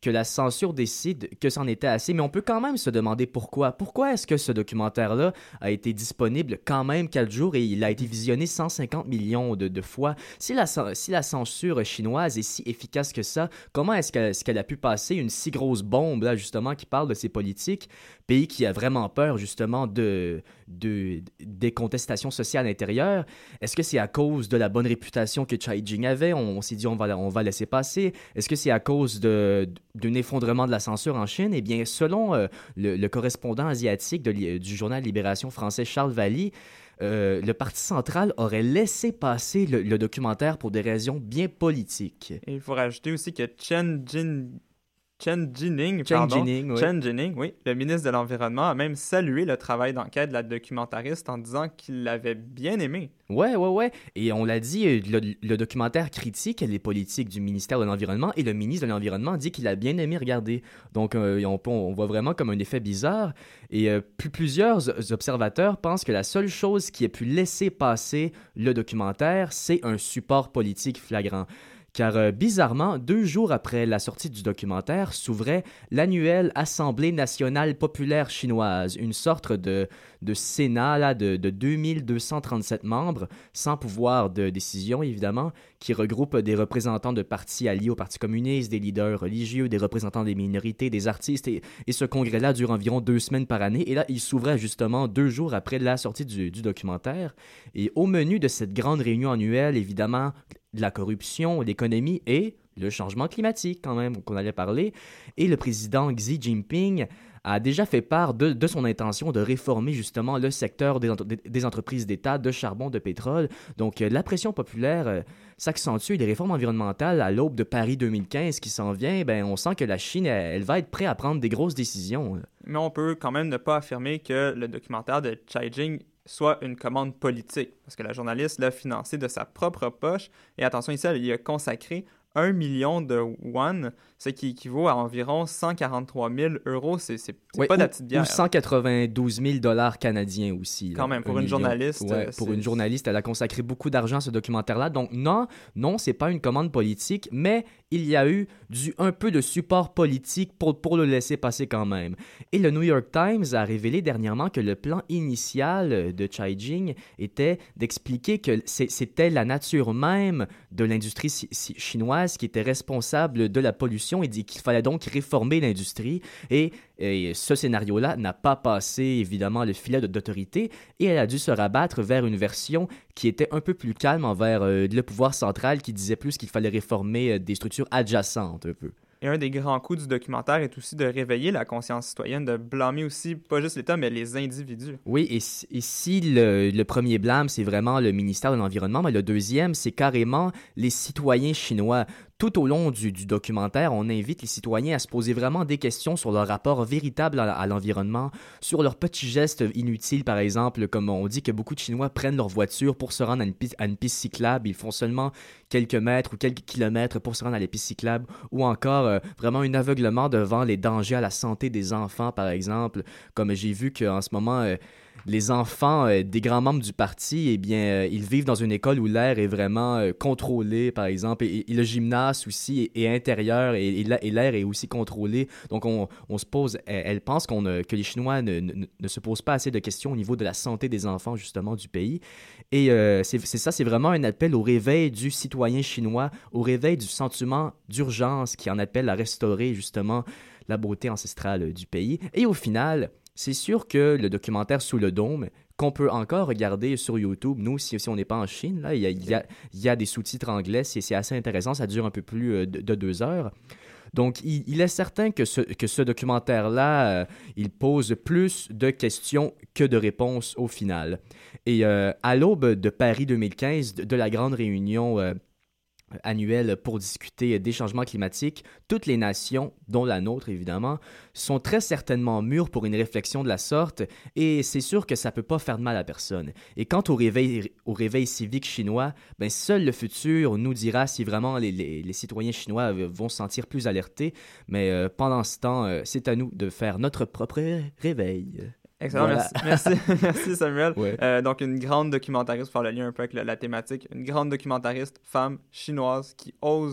que la censure décide que c'en était assez, mais on peut quand même se demander pourquoi. Pourquoi est-ce que ce documentaire-là a été disponible quand même quatre jours et il a été visionné cent cinquante millions de, de fois? Si la, si la censure chinoise est si efficace que ça, comment est-ce qu'elle, est-ce qu'elle a pu passer une si grosse bombe, là, justement, qui parle de ses politiques, pays qui a vraiment peur, justement, de, de, des contestations sociales intérieures? Est-ce que c'est à cause de la bonne réputation que Chai Jing avait? On, on s'est dit, on va, on va laisser passer. Est-ce que c'est à cause de, d'un effondrement de la censure en Chine? Eh bien, selon euh, le, le correspondant asiatique de, du journal Libération français, Charles Valli, euh, le Parti central aurait laissé passer le, le documentaire pour des raisons bien politiques. Et il faut rajouter aussi que Chen Jin... Chen Jining, Chen pardon, Jining, oui. Chen Jining, oui, le ministre de l'Environnement, a même salué le travail d'enquête de la documentariste en disant qu'il l'avait bien aimé. Ouais, ouais, ouais. Et on l'a dit, le, le documentaire critique les politiques du ministère de l'Environnement et le ministre de l'Environnement dit qu'il a bien aimé regarder. Donc, euh, on, on voit vraiment comme un effet bizarre. Et euh, plus, plusieurs observateurs pensent que la seule chose qui ait pu laisser passer le documentaire, c'est un support politique flagrant. Car euh, bizarrement, deux jours après la sortie du documentaire, s'ouvrait l'annuelle Assemblée nationale populaire chinoise, une sorte de, de Sénat là, de, de deux mille deux cent trente-sept membres, sans pouvoir de décision évidemment, qui regroupe des représentants de partis alliés au Parti communiste, des leaders religieux, des représentants des minorités, des artistes. Et, et ce congrès-là dure environ deux semaines par année. Et là, il s'ouvrait justement deux jours après la sortie du, du documentaire. Et au menu de cette grande réunion annuelle, évidemment, de la corruption, l'économie et le changement climatique, quand même, qu'on allait parler. Et le président Xi Jinping a déjà fait part de, de son intention de réformer justement le secteur des, entre, des entreprises d'État de charbon, de pétrole. Donc, euh, la pression populaire euh, s'accentue. Les réformes environnementales à l'aube de Paris deux mille quinze qui s'en vient, ben, on sent que la Chine, elle, elle va être prête à prendre des grosses décisions. Mais on peut quand même ne pas affirmer que le documentaire de Chai Jing soit une commande politique, parce que la journaliste l'a financé de sa propre poche, et attention ici, elle y a consacré un million de won, ce qui équivaut à environ cent quarante-trois mille euros. C'est, c'est, c'est ouais, pas ou, de la petite bière. Ou cent quatre-vingt-douze mille dollars canadiens aussi. Quand là, même, pour une million. journaliste. Ouais, euh, pour c'est... une journaliste, elle a consacré beaucoup d'argent à ce documentaire-là. Donc non, non, c'est pas une commande politique, mais il y a eu du, un peu de support politique pour, pour le laisser passer quand même. Et le New York Times a révélé dernièrement que le plan initial de Chai Jing était d'expliquer que c'est, c'était la nature même de l'industrie si, si, chinoise qui était responsable de la pollution et dit qu'il fallait donc réformer l'industrie. Et, et ce scénario-là n'a pas passé, évidemment, le filet d'autorité et elle a dû se rabattre vers une version qui était un peu plus calme envers euh, le pouvoir central qui disait plus qu'il fallait réformer euh, des structures adjacentes un peu. Et un des grands coups du documentaire est aussi de réveiller la conscience citoyenne, de blâmer aussi pas juste l'État, mais les individus. Oui, et, et si le, le premier blâme, c'est vraiment le ministère de l'Environnement, mais le deuxième, c'est carrément les citoyens chinois. Tout au long du, du documentaire, on invite les citoyens à se poser vraiment des questions sur leur rapport véritable à, à l'environnement, sur leurs petits gestes inutiles, par exemple, comme on dit que beaucoup de Chinois prennent leur voiture pour se rendre à une, piste, à une piste cyclable, ils font seulement quelques mètres ou quelques kilomètres pour se rendre à la piste cyclable, ou encore euh, vraiment un aveuglement devant les dangers à la santé des enfants, par exemple, comme j'ai vu qu'en ce moment... Euh, les enfants euh, des grands membres du parti, eh bien, euh, ils vivent dans une école où l'air est vraiment euh, contrôlé, par exemple, et, et le gymnase aussi est, est intérieur et, et, et l'air est aussi contrôlé. Donc, on, on se pose, elle, elle pense qu'on, euh, que les Chinois ne, ne, ne se posent pas assez de questions au niveau de la santé des enfants, justement, du pays. Et euh, c'est, c'est ça, c'est vraiment un appel au réveil du citoyen chinois, au réveil du sentiment d'urgence qui en appelle à restaurer, justement, la beauté ancestrale du pays. Et au final... c'est sûr que le documentaire Sous le dôme, qu'on peut encore regarder sur YouTube, nous, si, si on n'est pas en Chine, là, il y a, il y a, il y a des sous-titres anglais, c'est, c'est assez intéressant, ça dure un peu plus de, de deux heures. Donc, il, il est certain que ce, que ce documentaire-là, euh, il pose plus de questions que de réponses au final. Et euh, à l'aube de Paris deux mille quinze, de, de la grande réunion... Euh, annuelle pour discuter des changements climatiques, toutes les nations, dont la nôtre évidemment, sont très certainement mûres pour une réflexion de la sorte et c'est sûr que ça ne peut pas faire de mal à personne. Et quant au réveil, au réveil civique chinois, ben seul le futur nous dira si vraiment les, les, les citoyens chinois vont se sentir plus alertés, mais euh, pendant ce temps, euh, c'est à nous de faire notre propre réveil. Excellent, Voilà. merci, merci, merci Samuel. Ouais. Euh, donc, une grande documentariste, pour faire le lien un peu avec la, la thématique, une grande documentariste, femme chinoise, qui ose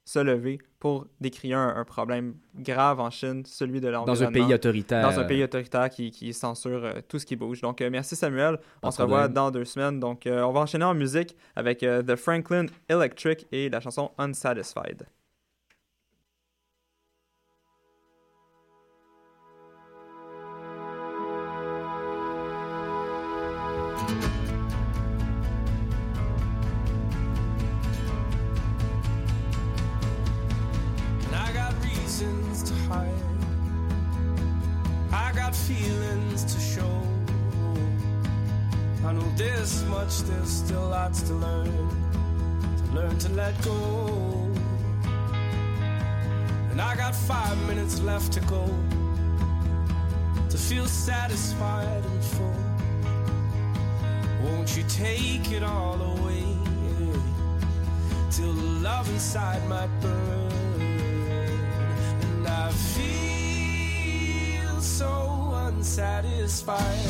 se lever pour décrier un, un problème grave en Chine, celui de l'environnement. Dans un pays autoritaire. Dans un pays autoritaire qui, qui censure euh, tout ce qui bouge. Donc, euh, merci Samuel. Pas On de se revoit problème. dans deux semaines. Donc, euh, on va enchaîner en musique avec euh, The Franklin Electric et la chanson Unsatisfied. I got reasons to hide. I got feelings to show. I know this much, there's still lots to learn. To learn to let go. And I got five minutes left to go. To feel satisfied and full. Won't you take it all away? Till the love inside might burn. And I feel so unsatisfied.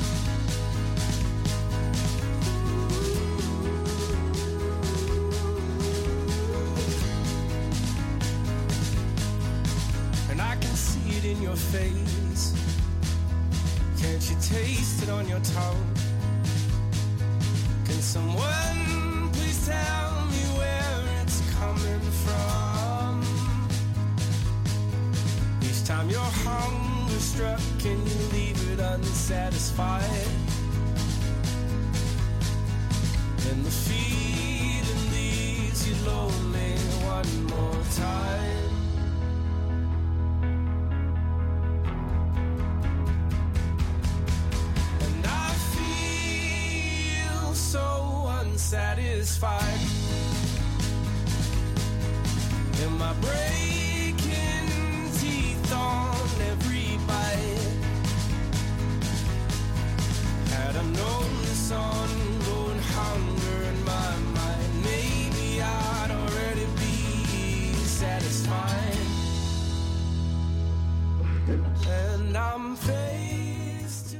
And I can see it in your face. Can't you taste it on your tongue? Can someone please tell me where it's coming from? Each time your hunger struck and you leave it unsatisfied. And the feeling leaves you lonely one more time. And I feel so unsatisfied. Am I breaking teeth on every bite? Had I known this ongoing hunger in my mind, maybe I'd already be satisfied. And I'm face to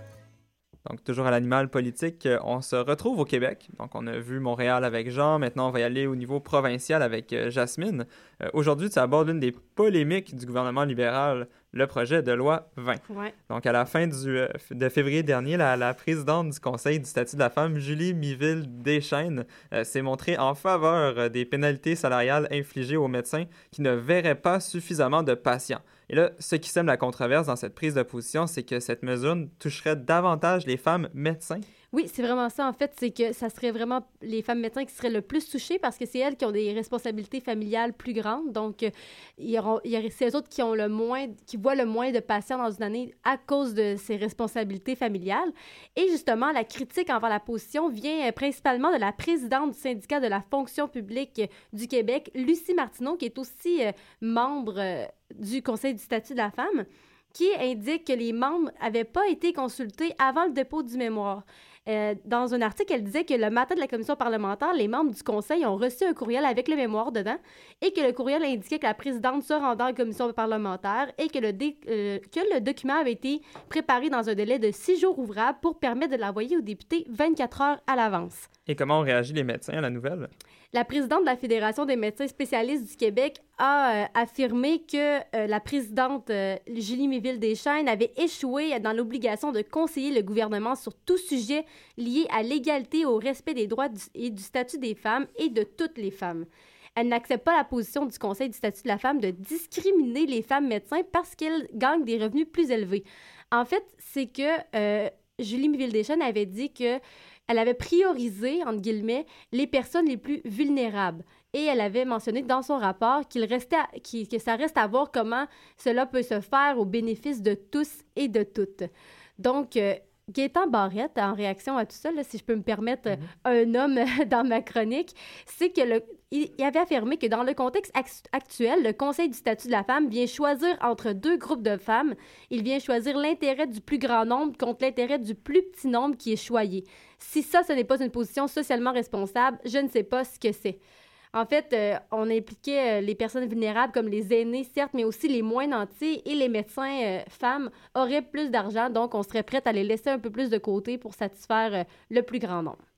Donc, toujours à l'animal politique, euh, on se retrouve au Québec. Donc, on a vu Montréal avec Jean. Maintenant, on va y aller au niveau provincial avec euh, Jasmine. Euh, aujourd'hui, tu abordes l'une des polémiques du gouvernement libéral, le projet de loi vingt. Ouais. Donc, à la fin du, euh, de février dernier, la, la présidente du Conseil du statut de la femme, Julie Miville-Deschênes, euh, s'est montrée en faveur euh, des pénalités salariales infligées aux médecins qui ne verraient pas suffisamment de patients. Et là, ce qui sème la controverse dans cette prise de position, c'est que cette mesure toucherait davantage les femmes médecins. Oui, c'est vraiment ça. En fait, c'est que ça serait vraiment les femmes médecins qui seraient le plus touchées parce que c'est elles qui ont des responsabilités familiales plus grandes. Donc, euh, il y aura, il y aura, c'est eux autres qui ont le moins, qui voient le moins de patients dans une année à cause de ces responsabilités familiales. Et justement, la critique envers la position vient euh, principalement de la présidente du syndicat de la fonction publique euh, du Québec, Lucie Martineau, qui est aussi euh, membre euh, du Conseil du statut de la femme, qui indique que les membres n'avaient pas été consultés avant le dépôt du mémoire. Euh, dans un article, elle disait que le matin de la commission parlementaire, les membres du conseil ont reçu un courriel avec le mémoire dedans et que le courriel indiquait que la présidente se rendait en commission parlementaire et que le, dé- euh, que le document avait été préparé dans un délai de six jours ouvrables pour permettre de l'envoyer aux députés vingt-quatre heures à l'avance. Et comment ont réagi les médecins à la nouvelle? La présidente de la Fédération des médecins spécialistes du Québec a euh, affirmé que euh, la présidente euh, Julie Miville-Deschênes avait échoué dans l'obligation de conseiller le gouvernement sur tout sujet lié à l'égalité, au respect des droits du, et du statut des femmes et de toutes les femmes. Elle n'accepte pas la position du Conseil du statut de la femme de discriminer les femmes médecins parce qu'elles gagnent des revenus plus élevés. En fait, c'est que euh, Julie Miville-Deschênes avait dit que elle avait priorisé, entre guillemets, les personnes les plus vulnérables. Et elle avait mentionné dans son rapport qu'il restait à, qu'il, que ça reste à voir comment cela peut se faire au bénéfice de tous et de toutes. Donc, euh, Gaétan Barrette, en réaction à tout ça, là, si je peux me permettre mm-hmm. un homme dans ma chronique, c'est que le, il, il avait affirmé que dans le contexte actuel, le Conseil du statut de la femme vient choisir entre deux groupes de femmes. Il vient choisir l'intérêt du plus grand nombre contre l'intérêt du plus petit nombre qui est choyé. Si ça, ce n'est pas une position socialement responsable, je ne sais pas ce que c'est. En fait, euh, on impliquait euh, les personnes vulnérables comme les aînés, certes, mais aussi les moins nantis et les médecins euh, femmes auraient plus d'argent, donc on serait prête à les laisser un peu plus de côté pour satisfaire euh, le plus grand nombre.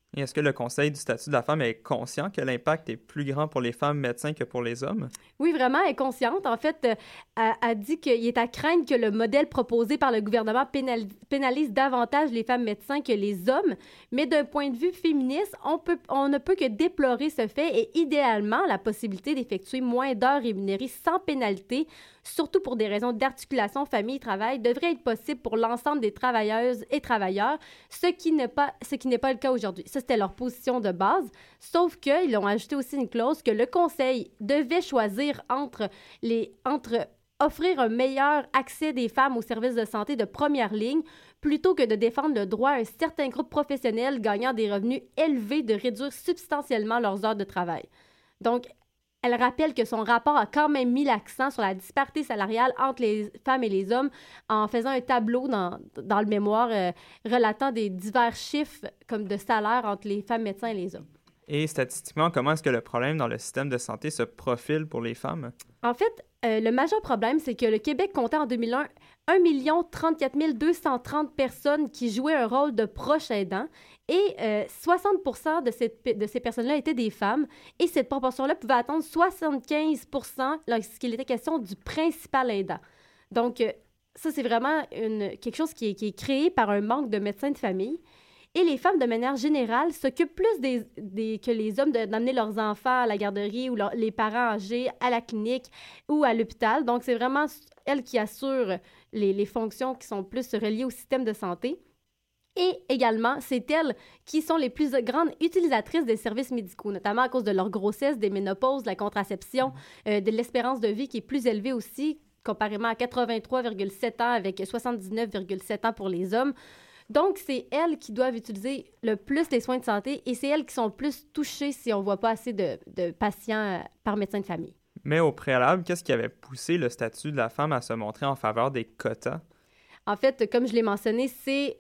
Et est-ce que le Conseil du statut de la femme est conscient que l'impact est plus grand pour les femmes médecins que pour les hommes? Oui, vraiment, elle est consciente. En fait, euh, elle, elle dit qu'il est à craindre que le modèle proposé par le gouvernement pénal- pénalise davantage les femmes médecins que les hommes. Mais d'un point de vue féministe, on, peut, on ne peut que déplorer ce fait et idéalement, la possibilité d'effectuer moins d'heures rémunérées sans pénalité, surtout pour des raisons d'articulation famille-travail, devrait être possible pour l'ensemble des travailleuses et travailleurs, ce qui n'est pas, ce qui n'est pas le cas aujourd'hui. Ça, c'était leur position de base, sauf qu'ils ont ajouté aussi une clause que le Conseil devait choisir entre, les, entre offrir un meilleur accès des femmes aux services de santé de première ligne plutôt que de défendre le droit à un certain groupe professionnel gagnant des revenus élevés de réduire substantiellement leurs heures de travail. Donc, elle rappelle que son rapport a quand même mis l'accent sur la disparité salariale entre les femmes et les hommes en faisant un tableau dans, dans le mémoire euh, relatant des divers chiffres comme de salaire entre les femmes médecins et les hommes. Et statistiquement, comment est-ce que le problème dans le système de santé se profile pour les femmes? En fait, euh, le majeur problème, c'est que le Québec comptait en deux mille un un million trente-quatre mille deux cent trente personnes qui jouaient un rôle de proche aidant et euh, soixante pour cent de, cette, de ces personnes-là étaient des femmes et cette proportion-là pouvait atteindre soixante-quinze pour cent lorsqu'il était question du principal aidant. Donc, euh, ça, c'est vraiment une, quelque chose qui est, qui est créé par un manque de médecins de famille. Et les femmes, de manière générale, s'occupent plus des, des, que les hommes de, d'amener leurs enfants à la garderie ou leur, les parents âgés à la clinique ou à l'hôpital. Donc, c'est vraiment elles qui assurent les, les fonctions qui sont plus reliées au système de santé. Et également, c'est elles qui sont les plus grandes utilisatrices des services médicaux, notamment à cause de leur grossesse, des ménopauses, de la contraception, euh, de l'espérance de vie qui est plus élevée aussi, comparément à quatre-vingt-trois virgule sept ans avec soixante-dix-neuf virgule sept ans pour les hommes. Donc, c'est elles qui doivent utiliser le plus les soins de santé et c'est elles qui sont plus touchées si on ne voit pas assez de, de patients par médecin de famille. Mais au préalable, qu'est-ce qui avait poussé le statut de la femme à se montrer en faveur des quotas? En fait, comme je l'ai mentionné, c'est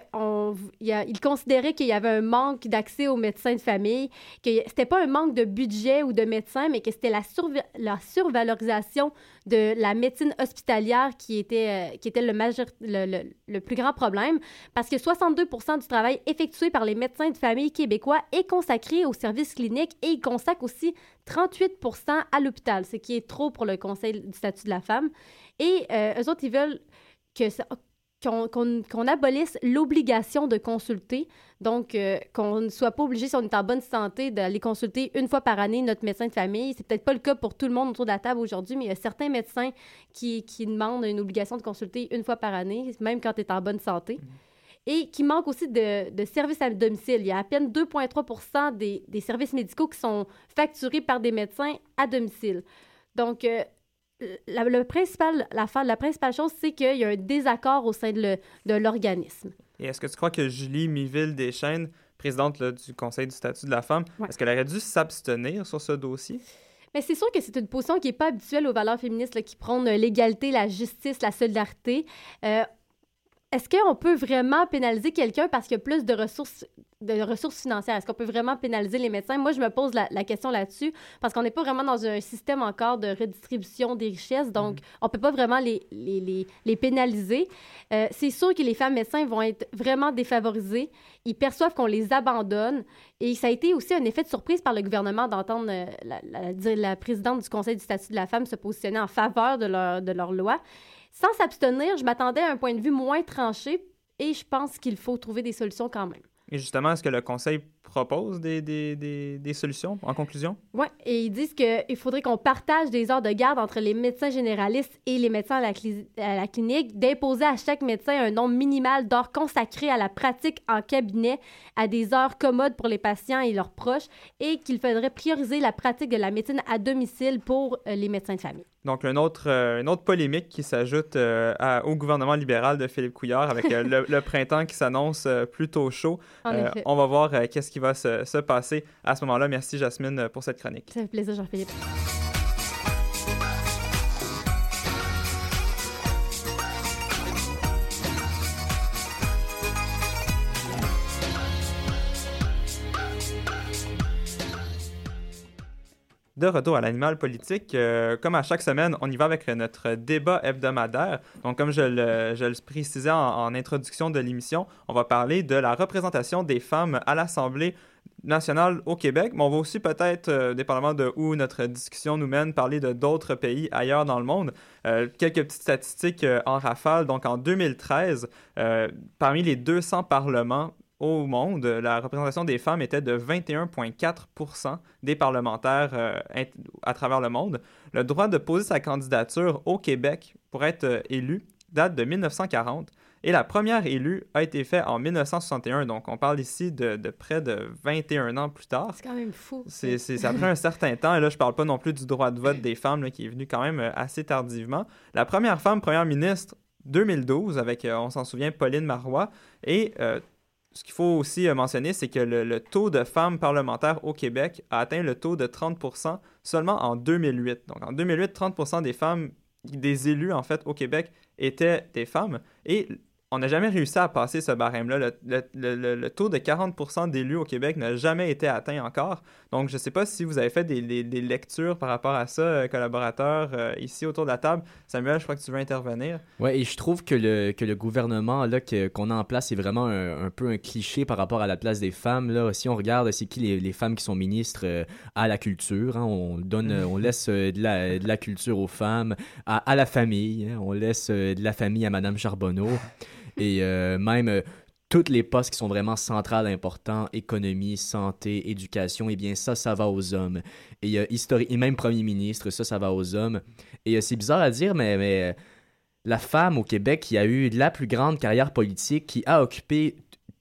qu'il considérait qu'il y avait un manque d'accès aux médecins de famille, que c'était pas un manque de budget ou de médecins, mais que c'était la, surv- la survalorisation de la médecine hospitalière qui était, euh, qui était le, majeur, le, le, le plus grand problème, parce que soixante-deux pour cent du travail effectué par les médecins de famille québécois est consacré aux services cliniques et ils consacrent aussi trente-huit pour cent à l'hôpital, ce qui est trop pour le Conseil du statut de la femme. Et euh, eux autres, ils veulent que ça, qu'on, qu'on, qu'on abolisse l'obligation de consulter, donc euh, qu'on ne soit pas obligé, si on est en bonne santé, d'aller consulter une fois par année notre médecin de famille. C'est peut-être pas le cas pour tout le monde autour de la table aujourd'hui, mais il y a certains médecins qui, qui demandent une obligation de consulter une fois par année, même quand tu es en bonne santé. Mmh. Et qui manque aussi de, de services à domicile. Il y a à peine deux virgule trois pour cent des, des services médicaux qui sont facturés par des médecins à domicile. Donc, euh, La, le principal, la, la principale chose, c'est qu'il y a un désaccord au sein de, le, de l'organisme. Et est-ce que tu crois que Julie Miville-Deschênes, présidente là, du Conseil du statut de la femme, ouais. est-ce qu'elle aurait dû s'abstenir sur ce dossier? Mais c'est sûr que c'est une position qui n'est pas habituelle aux valeurs féministes là, qui prônent l'égalité, la justice, la solidarité. Euh, Est-ce qu'on peut vraiment pénaliser quelqu'un parce qu'il y a plus de ressources, de ressources financières? Est-ce qu'on peut vraiment pénaliser les médecins? Moi, je me pose la, la question là-dessus parce qu'on n'est pas vraiment dans un système encore de redistribution des richesses, donc mmh. on ne peut pas vraiment les, les, les, les pénaliser. Euh, c'est sûr que les femmes médecins vont être vraiment défavorisées. Ils perçoivent qu'on les abandonne et ça a été aussi un effet de surprise par le gouvernement d'entendre euh, la, la, la présidente du Conseil du statut de la femme se positionner en faveur de leur, de leur loi. Sans s'abstenir, je m'attendais à un point de vue moins tranché et je pense qu'il faut trouver des solutions quand même. Et justement, est-ce que le Conseil propose des, des, des, des solutions en conclusion? Oui, et ils disent qu'il faudrait qu'on partage des heures de garde entre les médecins généralistes et les médecins à la, cli- à la clinique, d'imposer à chaque médecin un nombre minimal d'heures consacrées à la pratique en cabinet, à des heures commodes pour les patients et leurs proches, et qu'il faudrait prioriser la pratique de la médecine à domicile pour euh, les médecins de famille. Donc, une autre, euh, une autre polémique qui s'ajoute euh, à, au gouvernement libéral de Philippe Couillard avec euh, le, le printemps qui s'annonce euh, plutôt chaud. Euh, on va voir euh, qu'est-ce qui va se, se passer à ce moment-là. Merci, Jasmine, pour cette chronique. Ça fait plaisir, Jean-Philippe. de retour à l'animal politique. Euh, comme à chaque semaine, on y va avec notre débat hebdomadaire. Donc, comme je le, je le précisais en, en introduction de l'émission, on va parler de la représentation des femmes à l'Assemblée nationale au Québec, mais on va aussi peut-être, euh, dépendamment de où notre discussion nous mène, parler de d'autres pays ailleurs dans le monde. Euh, quelques petites statistiques euh, en rafale. Donc, en deux mille treize, euh, parmi les deux cents parlements au monde, la représentation des femmes était de vingt et un virgule quatre pour cent des parlementaires euh, int- à travers le monde. Le droit de poser sa candidature au Québec pour être euh, élu date de mille neuf cent quarante. Et la première élue a été faite en mille neuf cent soixante et un, donc on parle ici de, de près de vingt et un ans plus tard. C'est quand même fou. C'est, c'est, ça prend un certain temps, et là je parle pas non plus du droit de vote des femmes, là, qui est venu quand même euh, assez tardivement. La première femme première ministre, deux mille douze, avec, euh, on s'en souvient, Pauline Marois, et euh, ce qu'il faut aussi euh, mentionner, c'est que le, le taux de femmes parlementaires au Québec a atteint le taux de trente pour cent seulement en deux mille huit. Donc en deux mille huit, trente pour cent des femmes, des élus en fait au Québec étaient des femmes, et on n'a jamais réussi à passer ce barème-là. Le, le, le, le taux de quarante pour cent d'élus au Québec n'a jamais été atteint encore. Donc, je ne sais pas si vous avez fait des, des, des lectures par rapport à ça, euh, collaborateurs, euh, ici autour de la table. Samuel, je crois que tu veux intervenir. Oui, et je trouve que le, que le gouvernement là, que, qu'on a en place est vraiment un, un peu un cliché par rapport à la place des femmes. Là. Si on regarde, c'est qui les, les femmes qui sont ministres euh, à la culture. Hein, on, donne, on laisse euh, de, la, de la culture aux femmes, à, à la famille. Hein, on laisse euh, de la famille à Mme Charbonneau. Et euh, même euh, tous les postes qui sont vraiment centrales, importants, économie, santé, éducation, eh bien ça, ça va aux hommes. Et, euh, histori- et même premier ministre, ça, ça va aux hommes. Et euh, c'est bizarre à dire, mais, mais euh, la femme au Québec qui a eu la plus grande carrière politique, qui a occupé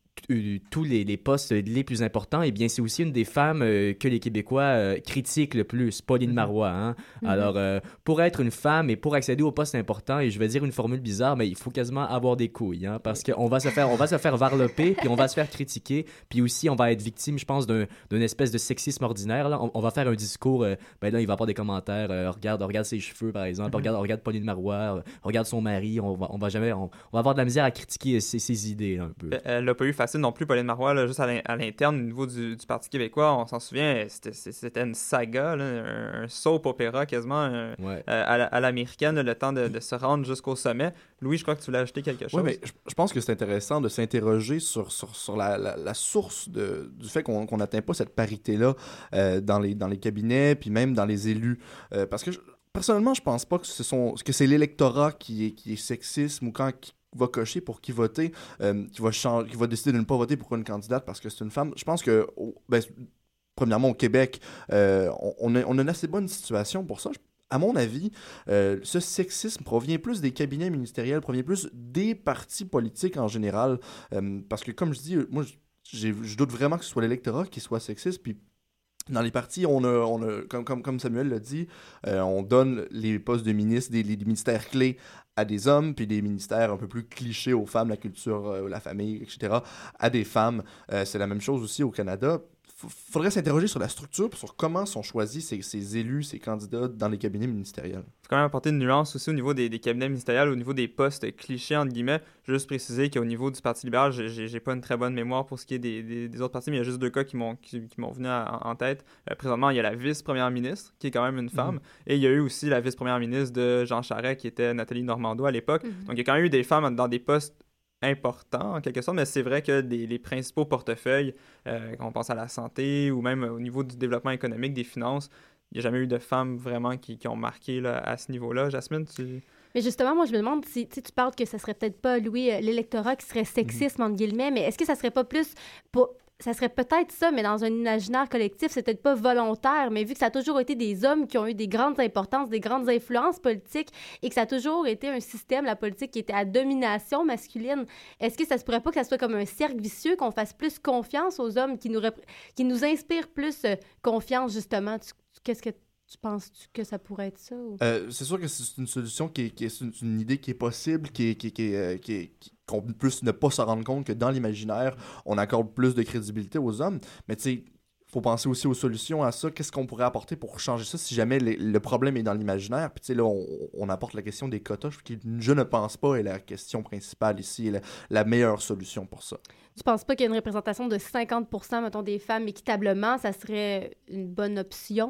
tous les, les postes les plus importants, eh bien, c'est aussi une des femmes euh, que les Québécois euh, critiquent le plus, Pauline Marois. Hein? Mm-hmm. Alors, euh, pour être une femme et pour accéder aux postes importants, et je vais dire une formule bizarre, mais il faut quasiment avoir des couilles, hein? Parce qu'on va se faire, on va se faire varloper, puis on va se faire critiquer, puis aussi, on va être victime, je pense, d'un, d'une espèce de sexisme ordinaire. Là. On, on va faire un discours, euh, ben là, il va y avoir des commentaires, euh, regarde, regarde ses cheveux, par exemple, mm-hmm. regarde, regarde Pauline Marois, euh, regarde son mari, on va, on va jamais, on, on va avoir de la misère à critiquer ses, ses idées, un peu. Elle n'a pas eu facile non plus, Pauline Marois, là, juste à, l'in- à l'interne, au niveau du, du Parti québécois, on s'en souvient, c'était, c'était une saga, là, un, un soap opéra quasiment un, ouais. euh, à, à l'américaine, là, le temps de, de se rendre jusqu'au sommet. Louis, je crois que tu voulais ajouter quelque chose. Oui, mais je, je pense que c'est intéressant de s'interroger sur, sur, sur la, la, la source de, du fait qu'on n'atteint pas cette parité-là euh, dans, les, dans les cabinets, puis même dans les élus. Euh, parce que je, personnellement, je pense pas que, ce sont, que c'est l'électorat qui est, qui est sexisme ou quand... Qui, va cocher pour qui voter, euh, qui, va changer, qui va décider de ne pas voter pour une candidate parce que c'est une femme. Je pense que, ben, premièrement, au Québec, euh, on, on, a, on a une assez bonne situation pour ça. À mon avis, euh, ce sexisme provient plus des cabinets ministériels, provient plus des partis politiques en général. Euh, parce que, comme je dis, moi, j'ai, je doute vraiment que ce soit l'électorat qui soit sexiste. Puis, dans les partis, on a, on a comme, comme, comme Samuel l'a dit, euh, on donne les postes de ministres, des, les ministères clés à des hommes, puis des ministères un peu plus clichés aux femmes, la culture, euh, la famille, et cetera, à des femmes. Euh, c'est la même chose aussi au Canada. Il faudrait s'interroger sur la structure, sur comment sont choisis ces, ces élus, ces candidats dans les cabinets ministériels. Il faut quand même apporter une nuance aussi au niveau des, des cabinets ministériels, au niveau des postes clichés, entre guillemets. Je veux juste préciser qu'au niveau du Parti libéral, j'ai, j'ai pas une très bonne mémoire pour ce qui est des, des, des autres partis, mais il y a juste deux cas qui m'ont, qui, qui m'ont venu à, en tête. Euh, présentement, il y a la vice-première ministre, qui est quand même une femme, mmh. et il y a eu aussi la vice-première ministre de Jean Charest, qui était Nathalie Normando à l'époque. Mmh. Donc, il y a quand même eu des femmes dans des postes important en quelque sorte, mais c'est vrai que des, les principaux portefeuilles, euh, quand on pense à la santé ou même au niveau du développement économique, des finances, il n'y a jamais eu de femmes vraiment qui, qui ont marqué là, à ce niveau-là. Jasmine, tu... Mais justement, moi, je me demande si tu parles que ça serait peut-être pas, Louis, euh, l'électorat qui serait sexiste, mmh. entre guillemets, mais est-ce que ça serait pas plus... Pour... Ça serait peut-être ça, mais dans un imaginaire collectif, c'est peut-être pas volontaire, mais vu que ça a toujours été des hommes qui ont eu des grandes importances, des grandes influences politiques, et que ça a toujours été un système, la politique, qui était à domination masculine, est-ce que ça se pourrait pas que ça soit comme un cercle vicieux, qu'on fasse plus confiance aux hommes, qui nous, rep... qui nous inspirent plus euh, confiance, justement? Tu... Qu'est-ce que tu penses que ça pourrait être ça? Ou... Euh, c'est sûr que c'est une solution qui est, qui est une, une idée qui est possible, qui est... Qui est, qui est, qui est qui... qu'on puisse ne pas se rendre compte que dans l'imaginaire, on accorde plus de crédibilité aux hommes. Mais tu sais, il faut penser aussi aux solutions à ça. Qu'est-ce qu'on pourrait apporter pour changer ça si jamais les, le problème est dans l'imaginaire? Puis tu sais, là, on, on apporte la question des quotas, qui, je ne pense pas, est la question principale ici, est la, la meilleure solution pour ça. Tu penses pas qu'il y a une représentation de cinquante pour cent, mettons, des femmes équitablement, ça serait une bonne option?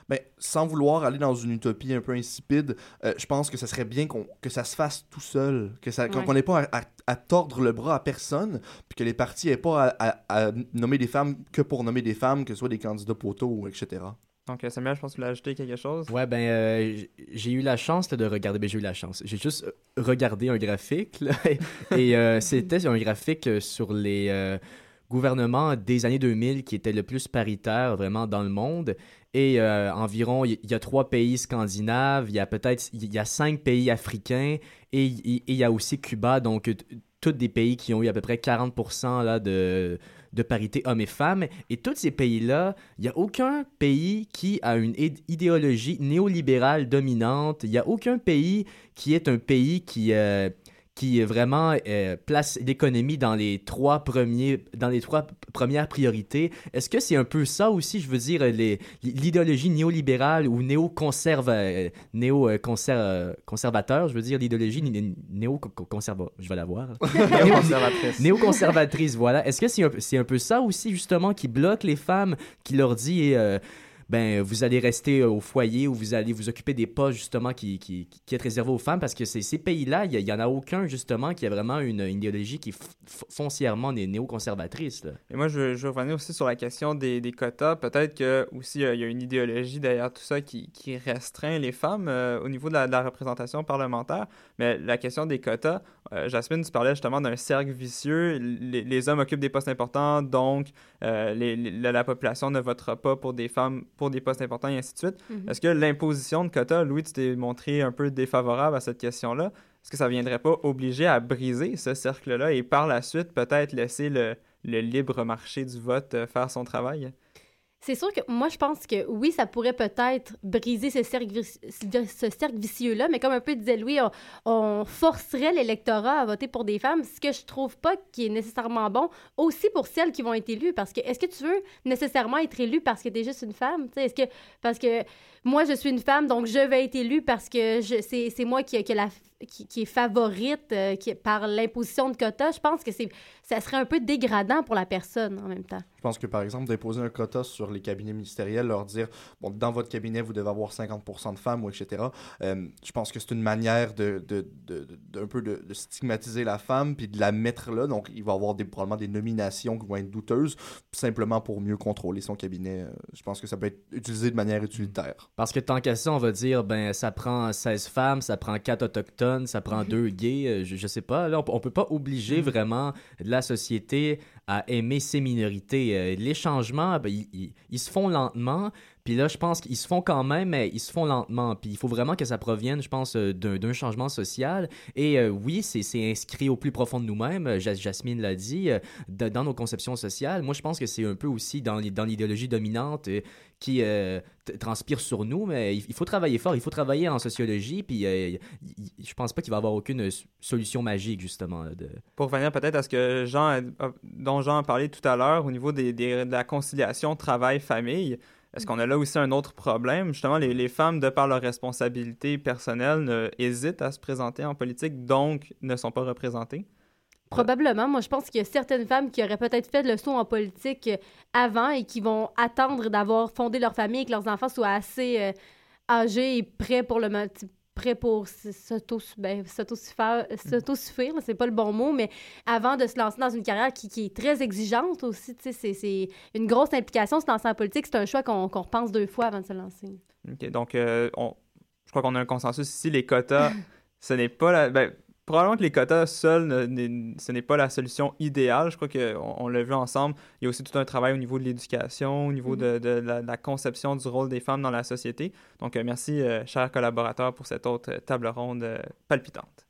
Ben, sans vouloir aller dans une utopie un peu insipide, euh, je pense que ça serait bien qu'on, que ça se fasse tout seul, que ça, Ouais. qu'on n'ait pas à, à, à tordre le bras à personne, puis que les partis n'aient pas à, à, à nommer des femmes que pour nommer des femmes, que ce soit des candidats poteaux, et cetera. Donc, euh, Samuel, je pense que tu voulais ajouter quelque chose. Ouais, ben, euh, j- j'ai eu la chance là, de regarder. Ben, j'ai eu la chance. J'ai juste euh, regardé un graphique, là, et euh, c'était un graphique euh, sur les euh, gouvernements des années deux mille qui étaient le plus paritaires vraiment dans le monde. Et euh, environ, il y, y a trois pays scandinaves, il y a peut-être, il y a cinq pays africains, et il y a aussi Cuba, donc t- tous des pays qui ont eu à peu près quarante pour cent là, de, de parité hommes et femmes. Et tous ces pays-là, il n'y a aucun pays qui a une id- idéologie néolibérale dominante. Il n'y a aucun pays qui est un pays qui, euh, qui vraiment euh, place l'économie dans les trois premiers, dans les trois p- premières priorités. Est-ce que c'est un peu ça aussi, je veux dire, les, l'idéologie néolibérale ou néo-conserva, néo-conservateur, je veux dire, l'idéologie né- néo-conserva, je vais la voir. Néo-conservatrice. Néo-conservatrice, voilà. Est-ce que c'est un, c'est un peu ça aussi, justement, qui bloque les femmes, qui leur dit... euh, ben, vous allez rester au foyer ou vous allez vous occuper des postes, justement, qui, qui, qui est réservés aux femmes, parce que c'est, ces pays-là, il n'y en a aucun, justement, qui a vraiment une, une idéologie qui est f- foncièrement né- néoconservatrice. Là. Et moi, je veux, je veux revenir aussi sur la question des, des quotas. Peut-être que aussi euh, il y a une idéologie derrière tout ça qui, qui restreint les femmes euh, au niveau de la, de la représentation parlementaire. Mais la question des quotas, euh, Jasmine, tu parlais justement d'un cercle vicieux. Les, les hommes occupent des postes importants, donc euh, les, les- la, la population ne votera pas pour des femmes pour des postes importants et ainsi de suite. Mhm. Est-ce que l'imposition de quotas, Louis, tu t'es montré un peu défavorable à cette question-là? Est-ce que ça ne viendrait pas obliger à briser ce cercle-là et par la suite peut-être laisser le, le libre marché du vote euh, faire son travail? C'est sûr que moi, je pense que oui, ça pourrait peut-être briser ce cercle, vici- ce cercle vicieux-là, mais comme un peu disait Louis, on, on forcerait l'électorat à voter pour des femmes, ce que je trouve pas qui est nécessairement bon, aussi pour celles qui vont être élues, parce que est-ce que tu veux nécessairement être élue parce que tu es juste une femme? Tu sais, est-ce que, parce que moi, je suis une femme, donc je vais être élue parce que je, c'est, c'est moi qui, qui, la, qui, qui est favorite euh, qui, par l'imposition de quotas. Je pense que c'est, ça serait un peu dégradant pour la personne en même temps. Je pense que, par exemple, d'imposer un quota sur les cabinets ministériels, leur dire, bon, dans votre cabinet, vous devez avoir cinquante pour cent de femmes, ou et cetera, euh, je pense que c'est une manière de, de, de, de- d'un peu de, de stigmatiser la femme, puis de la mettre là. Donc, il va y avoir des, probablement des nominations qui vont être douteuses, simplement pour mieux contrôler son cabinet. Euh, Je pense que ça peut être utilisé de manière utilitaire. Parce que tant qu'à ça, on va dire, ben, ça prend seize femmes, ça prend quatre autochtones, ça prend deux gays, euh, je, je sais pas. Là, on, on peut pas obliger vraiment la société à aimer ses minorités. Euh, les changements, ben, ils, ils- ils se font lentement. Puis là, je pense qu'ils se font quand même, mais ils se font lentement. Puis il faut vraiment que ça provienne, je pense, euh, d'un, d'un changement social. Et euh, oui, c'est, c'est inscrit au plus profond de nous-mêmes. Euh, Jas- Jasmine l'a dit, euh, de- dans nos conceptions sociales. Moi, je pense que c'est un peu aussi dans, les- dans l'idéologie dominante euh, qui euh, t- transpire sur nous. Mais il, il faut travailler fort, il faut travailler en sociologie. Puis euh, y- y- je pense pas qu'il va y avoir aucune s- solution magique, justement. là, de... Pour revenir peut-être à ce que Jean a- a- dont Jean a parlé tout à l'heure au niveau des, des- de la conciliation travail-famille, est-ce qu'on a là aussi un autre problème? Justement, les, les femmes, de par leurs responsabilités personnelles, ne- hésitent à se présenter en politique, donc ne sont pas représentées? Probablement. Moi, je pense qu'il y a certaines femmes qui auraient peut-être fait le saut en politique euh, avant et qui vont attendre d'avoir fondé leur famille et que leurs enfants soient assez euh, âgés et prêts pour le mo- prêts pour s- s'auto- ben, s'autosuffire, s'autosuffire, là, c'est pas le bon mot, mais avant de se lancer dans une carrière qui, qui est très exigeante aussi, tu sais, c'est, c'est une grosse implication, se lancer en politique, c'est un choix qu'on, qu'on repense deux fois avant de se lancer. OK, donc, euh, on, je crois qu'on a un consensus ici. Les quotas, ce n'est pas la... Ben, probablement que les quotas seuls, ne- ne- ce n'est pas la solution idéale. Je crois qu'on on l'a vu ensemble. Il y a aussi tout un travail au niveau de l'éducation, au niveau de, de la, de la conception du rôle des femmes dans la société. Donc, euh, merci, euh, chers collaborateurs, pour cette autre euh, table ronde euh, palpitante.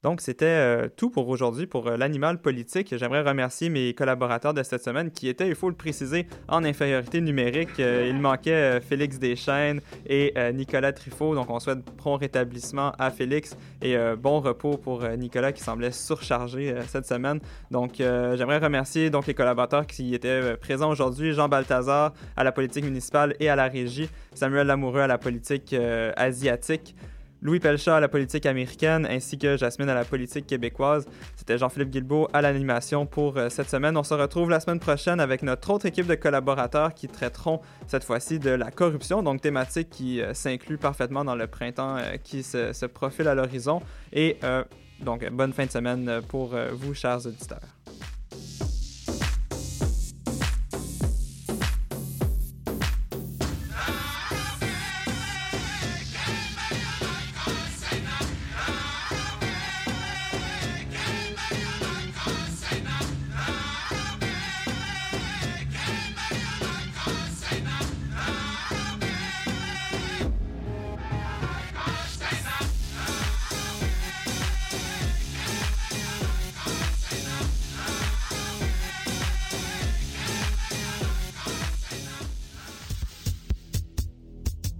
Donc, c'était euh, tout pour aujourd'hui pour euh, l'animal politique. J'aimerais remercier mes collaborateurs de cette semaine qui étaient, il faut le préciser, en infériorité numérique. Euh, il manquait euh, Félix Deschênes et euh, Nicolas Truffaut. Donc, on souhaite prompt rétablissement à Félix et euh, bon repos pour euh, Nicolas qui semblait surchargé euh, cette semaine. Donc, euh, j'aimerais remercier donc, les collaborateurs qui étaient euh, présents aujourd'hui. Jean Balthazar à la politique municipale et à la régie. Samuel Lamoureux à la politique euh, asiatique. Louis Pelchat à la politique américaine, ainsi que Jasmine à la politique québécoise. C'était Jean-Philippe Guilbeault à l'animation pour euh, cette semaine. On se retrouve la semaine prochaine avec notre autre équipe de collaborateurs qui traiteront cette fois-ci de la corruption, donc thématique qui euh, s'inclut parfaitement dans le printemps euh, qui se, se profile à l'horizon. Et euh, donc, bonne fin de semaine pour euh, vous, chers auditeurs.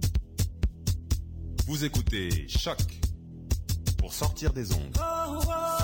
Vous écoutez Choc pour sortir des ondes.